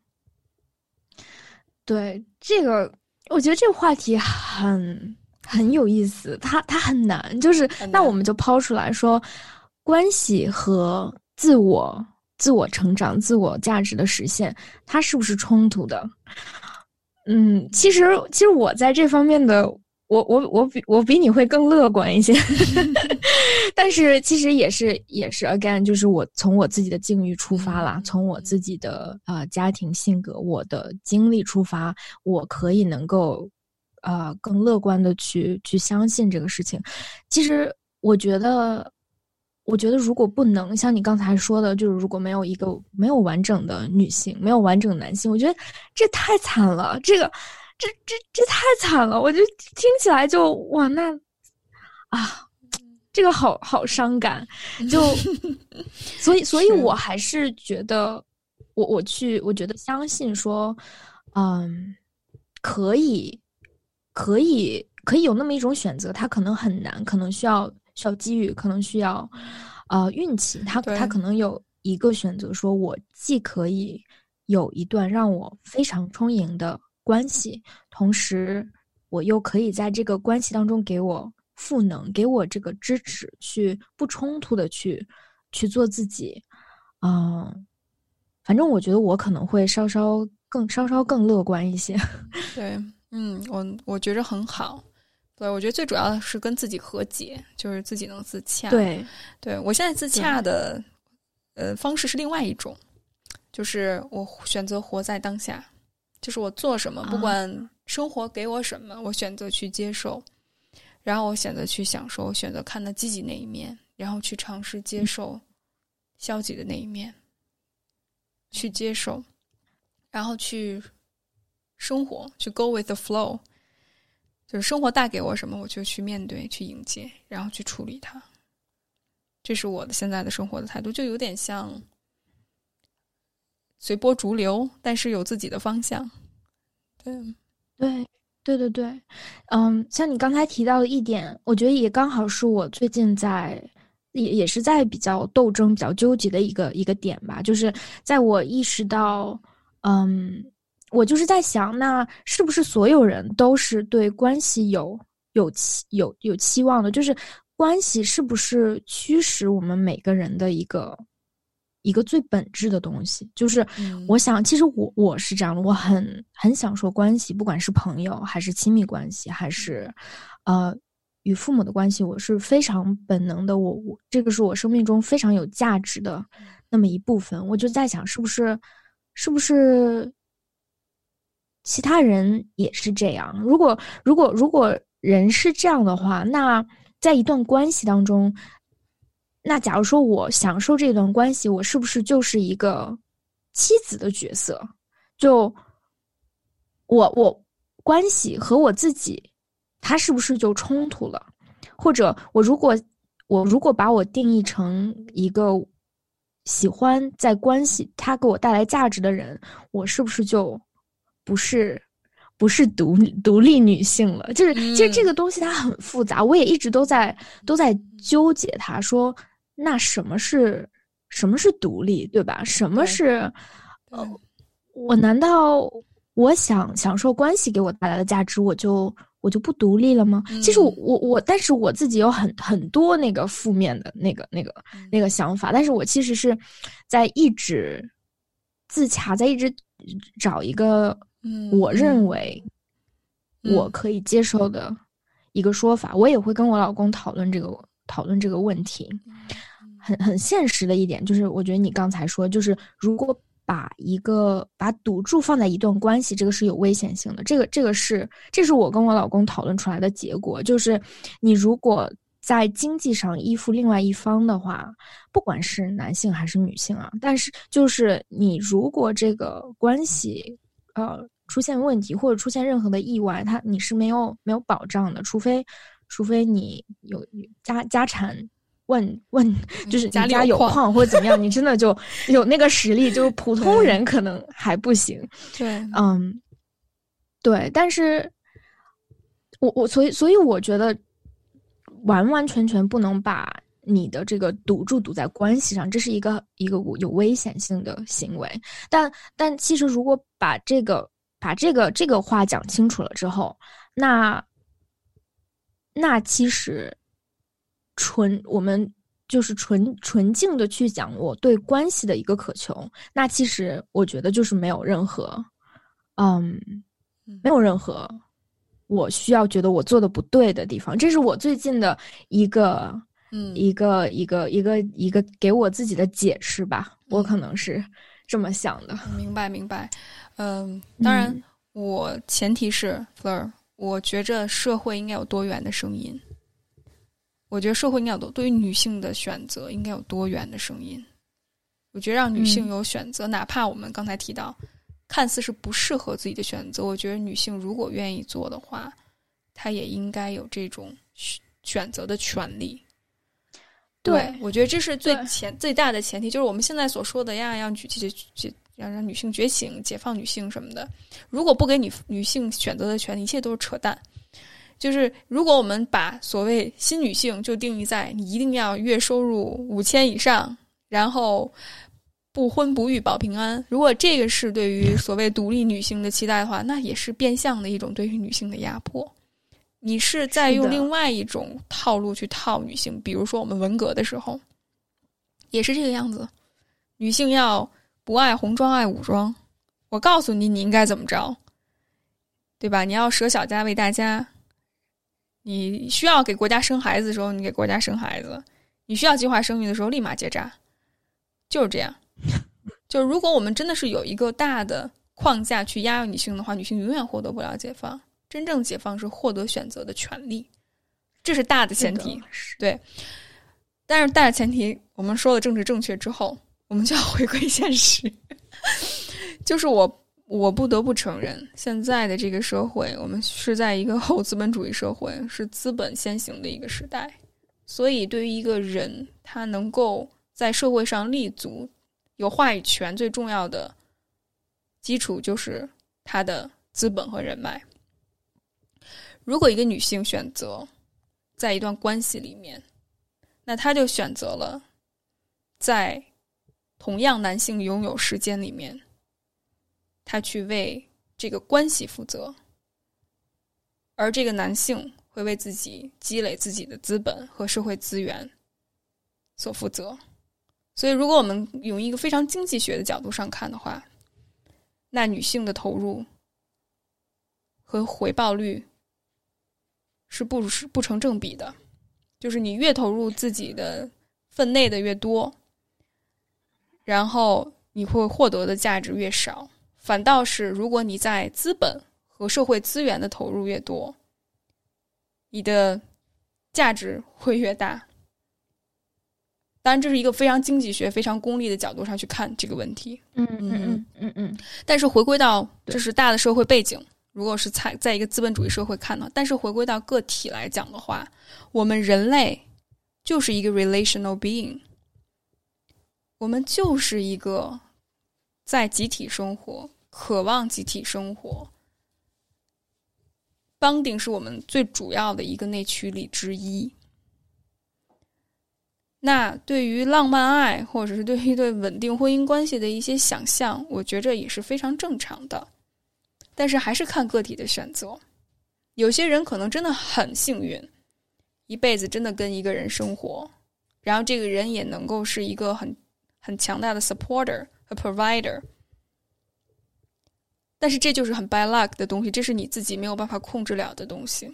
对，这个我觉得这个话题很有意思，它很难，就是那我们就抛出来说，关系和自我成长、自我价值的实现，它是不是冲突的？其实我在这方面的，我比你会更乐观一些，但是其实也是 again， 就是我从我自己的境遇出发啦，从我自己的家庭性格、我的经历出发，我可以能够更乐观的去相信这个事情。其实我觉得如果不能像你刚才说的，就是如果没有完整的女性，没有完整的男性，我觉得这太惨了，这太惨了，我就听起来就哇，那这个好伤感，就所以我还是觉得我觉得相信说，可以有那么一种选择，它可能很难，可能需要需要机遇，可能需要运气。他可能有一个选择，说我既可以有一段让我非常充盈的关系，同时我又可以在这个关系当中给我赋能，给我这个支持，去不冲突的去做自己。反正我觉得我可能会稍稍更乐观一些。 对，我觉着很好。对，我觉得最主要的是跟自己和解，就是自己能自洽。 对， 我现在自洽的方式是另外一种，就是我选择活在当下，就是我做什么，不管生活给我什么，我选择去接受，然后我选择去享受，我选择看到积极那一面，然后去尝试接受消极的那一面，去接受，然后去生活，去 go with the flow， 就是生活带给我什么，我就去面对，去迎接，然后去处理它。这是我的现在的生活的态度，就有点像随波逐流，但是有自己的方向。 对，像你刚才提到的一点，我觉得也刚好是我最近也是在比较斗争、比较纠结的一个点吧，就是在我意识到，我就是在想，那是不是所有人都是对关系有期望的？就是关系是不是驱使我们每个人的一个最本质的东西？就是我想，其实我是这样的，我很享受关系，不管是朋友还是亲密关系，还是与父母的关系，我是非常本能的，我这个是我生命中非常有价值的那么一部分。我就在想，是不是其他人也是这样？如果人是这样的话，那在一段关系当中，那假如说我享受这段关系，我是不是就是一个妻子的角色？就我关系和我自己，它是不是就冲突了？或者我如果把我定义成一个喜欢在关系他给我带来价值的人，我是不是就不是独立女性了？就是其实这个东西它很复杂，我也一直都在纠结它，说那什么是独立，对吧？什么是我难道我享受关系给我带来的价值，我就不独立了吗？其实但是我自己有很多那个负面的那个想法，但是我其实是在一直自洽，在一直找一个我认为我可以接受的一个说法。我也会跟我老公讨论这个问题。很现实的一点就是，我觉得你刚才说，就是如果把赌注放在一段关系，这个是有危险性的。这是我跟我老公讨论出来的结果，就是你如果在经济上依附另外一方的话，不管是男性还是女性啊，但是就是你如果这个关系出现问题或者出现任何的意外，你是没有保障的，除非你有家产。问就是你家有矿或者怎么样，你真的就有那个实力，就是普通人可能还不行。 对， 对，但是所以我觉得完完全全不能把你的这个赌注赌在关系上，这是一个有危险性的行为。但其实如果把这个话讲清楚了之后，那其实我们就是纯净的去讲我对关系的一个渴求，那其实我觉得就是没有任何我需要觉得我做的不对的地方。这是我最近的一个给我自己的解释吧，我可能是这么想的。 明白。当然我前提是 Fleur， 我觉着社会应该有多元的声音。我觉得社会应该有对于女性的选择应该有多元的声音。我觉得让女性有选择，哪怕我们刚才提到看似是不适合自己的选择，我觉得女性如果愿意做的话，她也应该有这种选择的权利。对，我觉得这是最大的前提，就是我们现在所说的要让女性觉醒、解放女性什么的，如果不给女性选择的权利，一切都是扯淡。 就是如果我们把所谓新女性就定义在你一定要月收入5000以上，然后不婚不育保平安，如果这个是对于所谓独立女性的期待的话，那也是变相的一种对于女性的压迫。你是在用另外一种套路去套女性，比如说我们文革的时候也是这个样子，女性要不爱红装爱武装，我告诉你你应该怎么着，对吧？你要舍小家为大家，你需要给国家生孩子的时候你给国家生孩子，你需要计划生育的时候立马结扎，就是这样。就是如果我们真的是有一个大的框架去压抑女性的话，女性永远获得不了解放。真正解放是获得选择的权利，这是大的前提。对，但是大的前提我们说了政治正确之后，我们就要回归现实。就是我不得不承认，现在的这个社会，我们是在一个后资本主义社会，是资本先行的一个时代。所以对于一个人，他能够在社会上立足，有话语权，最重要的基础就是他的资本和人脉。如果一个女性选择在一段关系里面，那她就选择了在同样男性拥有时间里面，她去为这个关系负责，而这个男性会为自己积累自己的资本和社会资源所负责。所以如果我们用一个非常经济学的角度上看的话，那女性的投入和回报率是不成正比的，就是你越投入自己的分内的越多，然后你会获得的价值越少。反倒是如果你在资本和社会资源的投入越多，你的价值会越大。当然这是一个非常经济学非常功利的角度上去看这个问题。但是回归到这是大的社会背景，如果是在一个资本主义社会看的，但是回归到个体来讲的话，我们人类就是一个 relational being， 我们就是一个在集体生活，渴望集体生活。bonding 是我们最主要的一个内驱力之一。那对于浪漫爱或者是对于对稳定婚姻关系的一些想象，我觉着也是非常正常的。但是还是看个体的选择，有些人可能真的很幸运，一辈子真的跟一个人生活，然后这个人也能够是一个很强大的 supporter 和 provider， 但是这就是很 bad luck 的东西，这是你自己没有办法控制了的东西。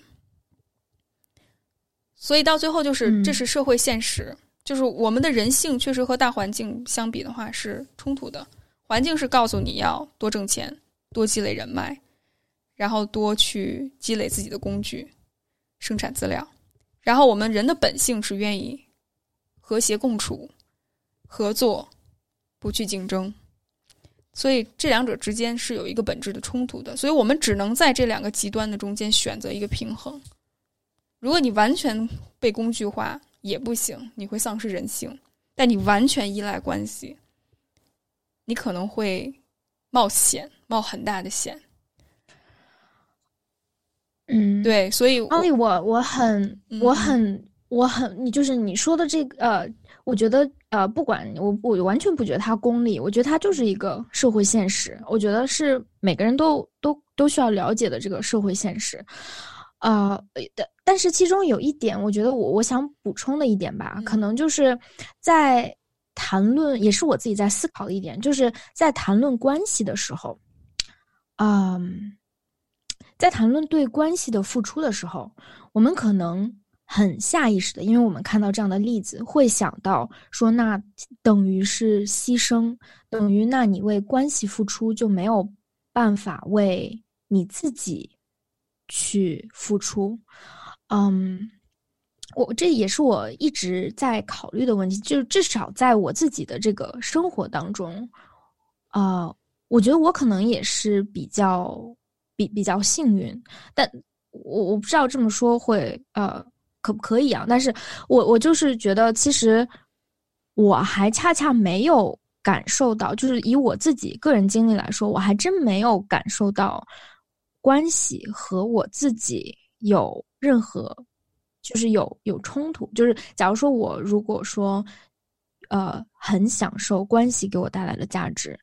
所以到最后就是这是社会现实，就是我们的人性确实和大环境相比的话是冲突的。环境是告诉你要多挣钱，多积累人脉，然后多去积累自己的工具，生产资料。然后我们人的本性是愿意和谐共处、合作，不去竞争。所以这两者之间是有一个本质的冲突的，所以我们只能在这两个极端的中间选择一个平衡。如果你完全被工具化也不行，你会丧失人性。但你完全依赖关系，你可能会冒很大的险。对，所以奥利，我很，你就是你说的这个我觉得不管我完全不觉得它功利，我觉得它就是一个社会现实，我觉得是每个人都需要了解的这个社会现实。但是其中有一点，我觉得我想补充的一点吧，可能就是在谈论，也是我自己在思考的一点，就是在谈论关系的时候，在谈论对关系的付出的时候，我们可能很下意识的，因为我们看到这样的例子，会想到说，那等于是牺牲，等于那你为关系付出就没有办法为你自己去付出。这也是我一直在考虑的问题，就是至少在我自己的这个生活当中，我觉得我可能也是比较幸运，但我不知道这么说会可不可以啊？但是我就是觉得，其实我还恰恰没有感受到，就是以我自己个人经历来说，我还真没有感受到关系和我自己有任何就是有冲突。就是假如说我如果说很享受关系给我带来的价值，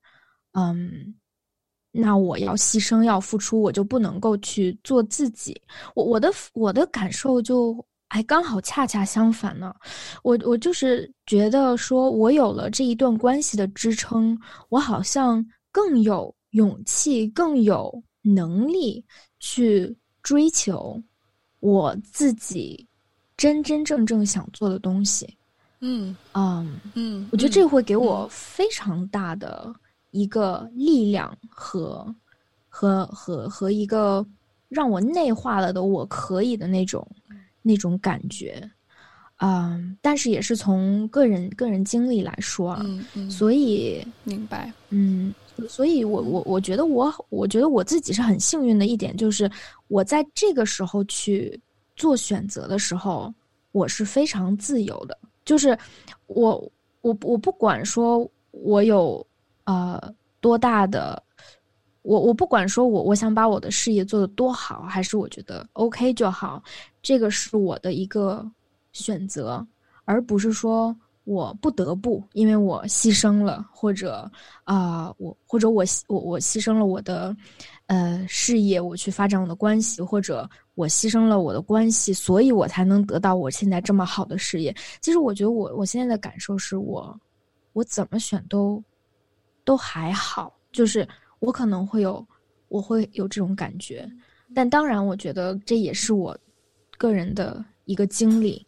那我要牺牲要付出，我就不能够去做自己。我的感受就还刚好恰恰相反呢。我就是觉得说我有了这一段关系的支撑，我好像更有勇气更有能力去追求我自己真真正正想做的东西。我觉得这会给我非常大的一个力量和一个让我内化了的我可以的那种感觉。但是也是从个人经历来说啊，所以明白。 所以我觉得我自己是很幸运的一点，就是我在这个时候去做选择的时候，我是非常自由的。就是我不管说我有多大的，我不管说我想把我的事业做得多好，还是我觉得 OK 就好，这个是我的一个选择，而不是说我不得不，因为我牺牲了，或者我牺牲了我的事业，我去发展我的关系，或者我牺牲了我的关系，所以我才能得到我现在这么好的事业。其实我觉得我现在的感受是我怎么选都还好，就是我可能会有这种感觉，但当然我觉得这也是我个人的一个经历。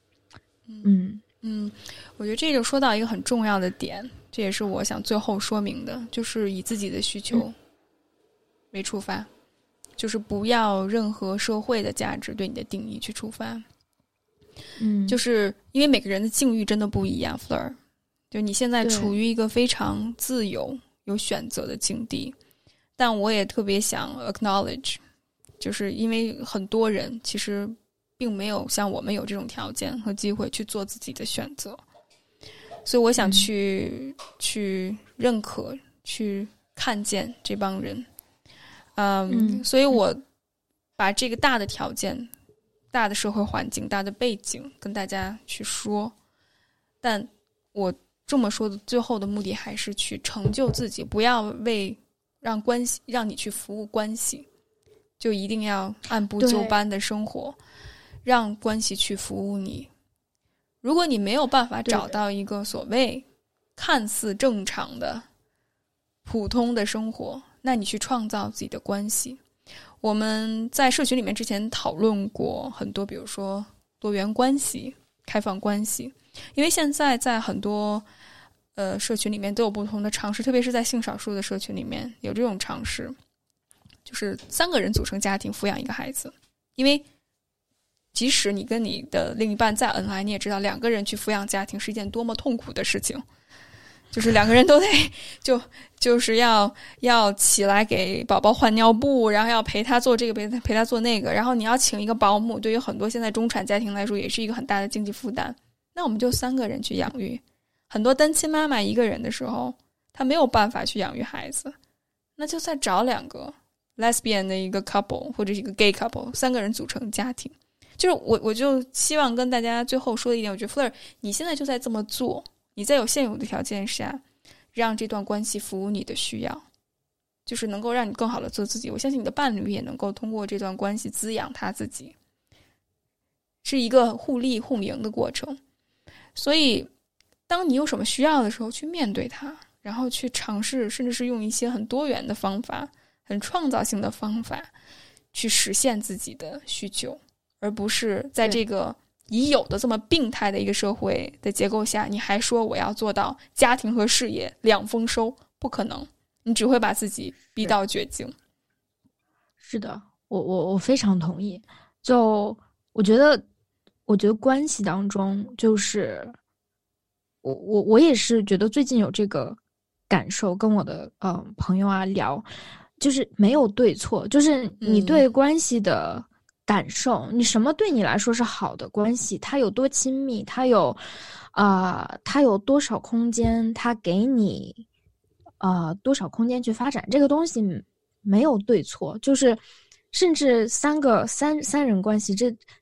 我觉得这就说到一个很重要的点，这也是我想最后说明的，就是以自己的需求为出发，就是不要任何社会的价值对你的定义去出发。就是因为每个人的境遇真的不一样 Fleur， 就你现在处于一个非常自由有选择的境地，但我也特别想 acknowledge， 就是因为很多人其实并没有像我们有这种条件和机会去做自己的选择，所以我想去认可去看见这帮人。所以我把这个大的条件大的社会环境大的背景跟大家去说，但我这么说的最后的目的还是去成就自己，不要为让关系让你去服务关系就一定要按部就班的生活，让关系去服务你。如果你没有办法找到一个所谓看似正常的普通的生活，那你去创造自己的关系。我们在社群里面之前讨论过很多，比如说多元关系、开放关系，因为现在在很多社群里面都有不同的尝试，特别是在性少数的社群里面有这种尝试，就是3个人组成家庭抚养一个孩子。因为即使你跟你的另一半再恩爱，你也知道2个人去抚养家庭是一件多么痛苦的事情，就是2个人都得就是要起来给宝宝换尿布，然后要陪他做这个陪他做那个，然后你要请一个保姆，对于很多现在中产家庭来说也是一个很大的经济负担。那我们就3个人去养育，很多单亲妈妈一个人的时候她没有办法去养育孩子，那就再找2个 lesbian 的一个 couple 或者是一个 gay couple， 3个人组成家庭。就是我就希望跟大家最后说的一点，我觉得 Fleur 你现在就在这么做，你在有现有的条件下让这段关系服务你的需要，就是能够让你更好的做自己。我相信你的伴侣也能够通过这段关系滋养他自己，是一个互利互赢的过程。所以当你有什么需要的时候去面对它，然后去尝试，甚至是用一些很多元的方法、很创造性的方法去实现自己的需求，而不是在这个已有的这么病态的一个社会的结构下，你还说我要做到家庭和事业两丰收，不可能，你只会把自己逼到绝境。 是的，我非常同意。就我觉得关系当中，就是我也是觉得最近有这个感受，跟我的朋友啊聊，就是没有对错，就是你对关系的感受，你什么对你来说是好的关系，它有多亲密，它有多少空间，它给你多少空间去发展，这个东西没有对错，就是甚至三人关系，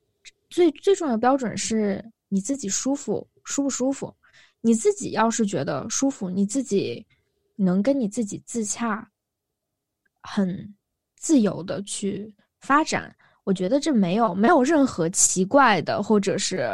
最重要的标准是你自己舒不舒服。你自己要是觉得舒服，你自己能跟你自己自洽，很自由的去发展，我觉得这没有任何奇怪的，或者是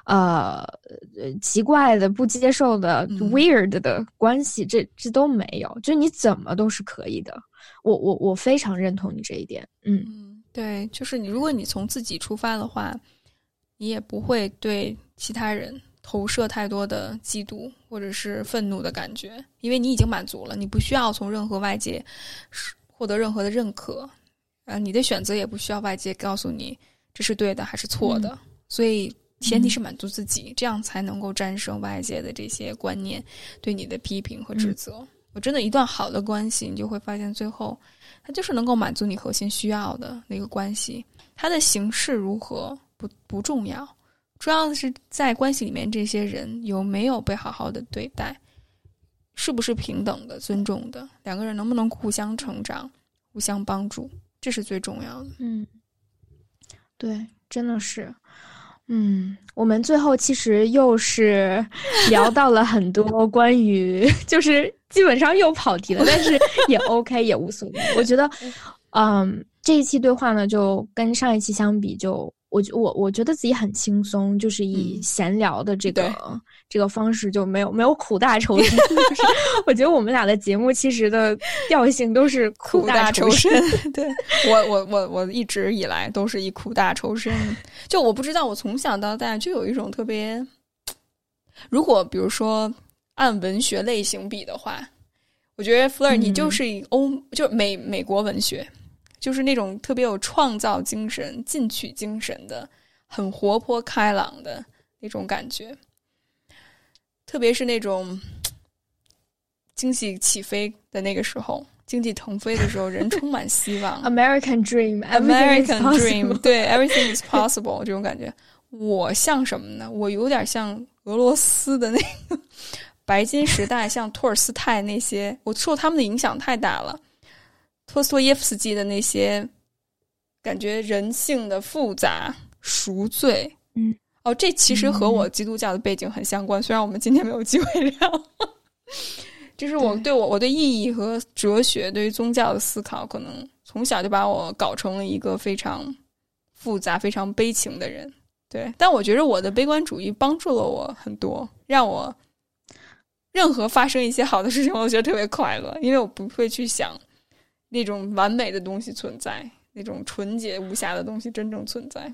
奇怪的、不接受的、weird 的关系，这都没有，就你怎么都是可以的。我非常认同你这一点。 对，就是如果你从自己出发的话，你也不会对其他人投射太多的嫉妒或者是愤怒的感觉，因为你已经满足了，你不需要从任何外界获得任何的认可，你的选择也不需要外界告诉你这是对的还是错的，所以前提是满足自己，这样才能够战胜外界的这些观念对你的批评和指责。我真的一段好的关系，你就会发现最后它就是能够满足你核心需要的那个关系，它的形式如何不重要，重要的是在关系里面这些人有没有被好好的对待，是不是平等的、尊重的，两个人能不能互相成长、互相帮助，这是最重要的。 对，真的是。我们最后其实又是聊到了很多关于，就是基本上又跑题了，但是也 OK， 也无所谓。我觉得，这一期对话呢，就跟上一期相比，就我觉得自己很轻松，就是以闲聊的这个方式，就没有苦大仇深。就是我觉得我们俩的节目其实的调性都是苦大仇深。 对，我一直以来都是以苦大仇深。就我不知道，我从小到大就有一种特别，如果比如说按文学类型比的话，我觉得 Fleur 你就是以就是美国文学。就是那种特别有创造精神、进取精神的，很活泼开朗的那种感觉。特别是那种经济起飞的那个时候，经济腾飞的时候，人充满希望。 American Dream， 对 ，Everything is possible 这种感觉。我像什么呢？我有点像俄罗斯的那个白金时代，像托尔斯泰那些，我受他们的影响太大了。托斯托耶夫斯基的那些感觉人性的复杂赎罪，这其实和我基督教的背景很相关，虽然我们今天没有机会聊。就是我对意义和哲学对于宗教的思考，可能从小就把我搞成了一个非常复杂非常悲情的人。对，但我觉得我的悲观主义帮助了我很多，让我任何发生一些好的事情我都觉得特别快乐，因为我不会去想那种完美的东西存在，那种纯洁无瑕的东西真正存在。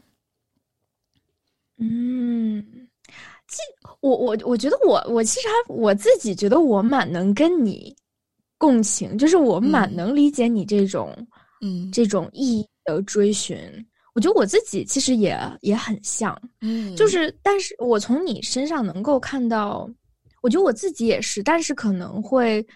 我觉得我其实我自己觉得我蛮能跟你共情，就是我蛮能理解你这种这种意义的追寻。我觉得我自己其实也很像，就是但是我从你身上能够看到，我觉得我自己也是，但是可能会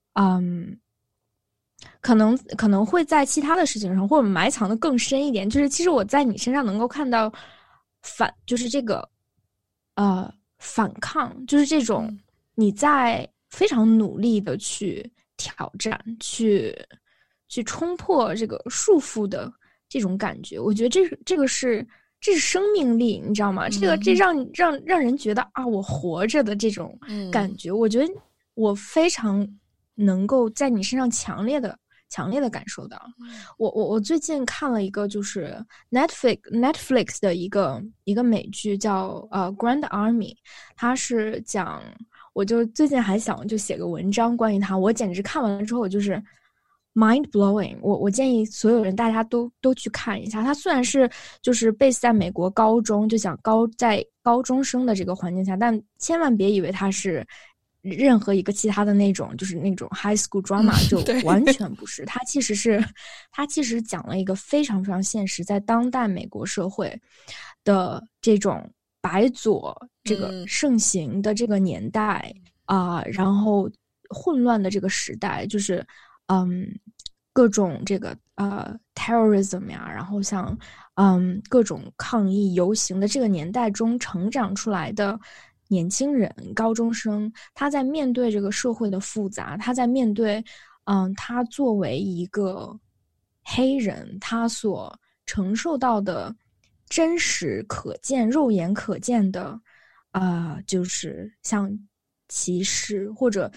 可能会在其他的事情上或者埋藏的更深一点，就是其实我在你身上能够看到就是这个反抗，就是这种你在非常努力的去挑战，去冲破这个束缚的这种感觉。我觉得这是生命力，你知道吗？这让人觉得啊，我活着的这种感觉。我觉得我非常能够在你身上强烈的感受到。我最近看了一个就是 Netflix 的一个美剧叫Grand Army， 它是讲，我就最近还想就写个文章关于它，我简直看完了之后我就是 mind blowing。我建议所有人大家都去看一下。它虽然是就是 base 在美国高中，就讲在高中生的这个环境下，但千万别以为它是任何一个其他的那种就是那种 high school drama， 就完全不是。它其实讲了一个非常非常现实，在当代美国社会的这种白左这个盛行的这个年代然后混乱的这个时代，就是各种这个terrorism 呀，然后像各种抗议游行的这个年代中成长出来的年轻人、高中生，他在面对这个社会的复杂，他在面对他作为一个黑人他所承受到的真实可见、肉眼可见的，就是像歧视或者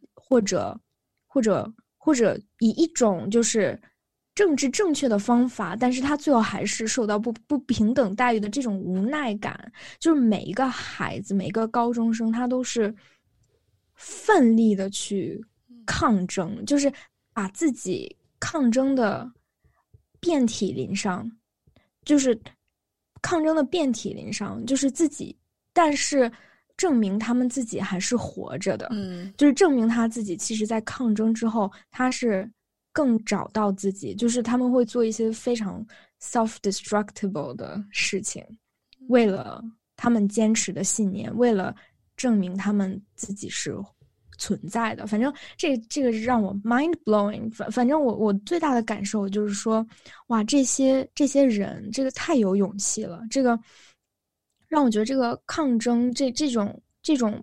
以一种就是政治正确的方法，但是他最后还是受到不平等待遇的这种无奈感，就是每一个孩子，每一个高中生，他都是奋力的去抗争，就是把自己抗争的遍体鳞伤，就是抗争的遍体鳞伤，就是自己，但是证明他们自己还是活着的，就是证明他自己其实在抗争之后，他是更找到自己，就是他们会做一些非常 self-destructible 的事情，为了他们坚持的信念，为了证明他们自己是存在的。反正这个让我 mind blowing。反正我最大的感受就是说，哇，这些人，这个太有勇气了。这个让我觉得这个抗争，这种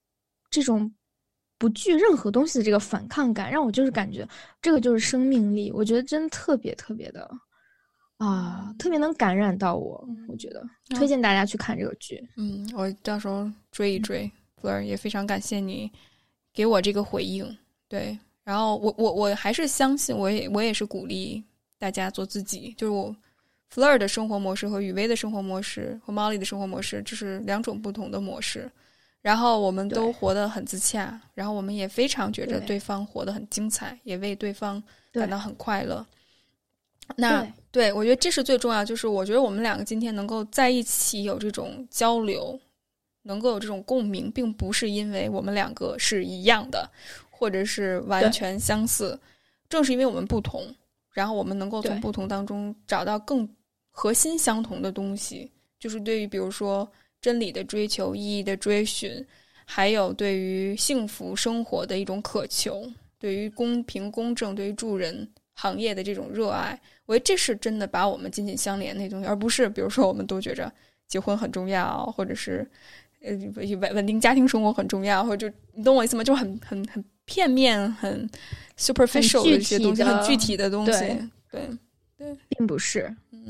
不惧任何东西的这个反抗感，让我就是感觉这个就是生命力。我觉得真特别特别的特别能感染到我。我觉得推荐大家去看这个剧。 我到时候追一追。Fleur 也非常感谢你给我这个回应。对，然后我还是相信，我也是鼓励大家做自己。就是Fleur 的生活模式和雨薇的生活模式和 Molly 的生活模式，这是两种不同的模式。然后我们都活得很自洽，然后我们也非常觉着对方活得很精彩，也为对方感到很快乐。那对，我觉得这是最重要，就是我觉得我们两个今天能够在一起有这种交流，能够有这种共鸣，并不是因为我们两个是一样的，或者是完全相似，正是因为我们不同，然后我们能够从不同当中找到更核心相同的东西，就是对于比如说真理的追求、意义的追寻，还有对于幸福生活的一种渴求，对于公平公正，对于助人行业的这种热爱，我觉得这是真的把我们紧紧相连的那东西，而不是比如说我们都觉着结婚很重要，或者是稳定家庭生活很重要，或者就你懂我意思吗？就很片面、很 superficial 的一些东西，很具体的东西。对， 并不是。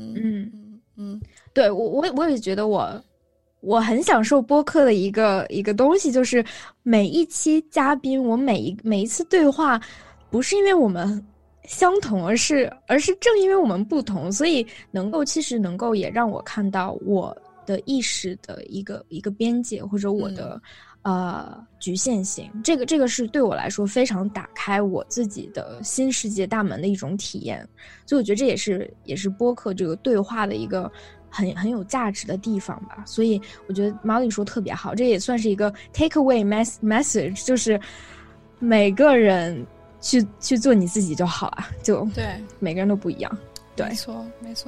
对，我也觉得我很享受播客的一个东西，就是每一期嘉宾，我每一次对话，不是因为我们相同，而是正因为我们不同，所以其实能够也让我看到我的意识的一个边界，或者我的局限性。这个是对我来说非常打开我自己的新世界大门的一种体验。所以我觉得这也是播客这个对话的一个很有价值的地方吧。所以我觉得Molly说特别好，这也算是一个 take away message， 就是每个人去做你自己就好了，就对， 每个人都不一样。对， 没错。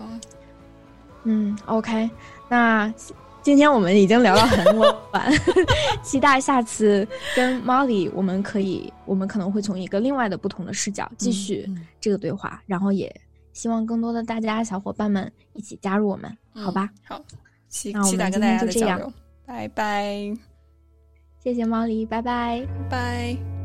OK， 那今天我们已经聊到很晚，期待下次跟 Molly 我们可能会从一个另外的不同的视角继续这个对话，然后也希望更多的大家小伙伴们一起加入我们，好吧？ 好， 那我们今天就这样， 拜拜。 谢谢 Molly， 拜拜。 拜。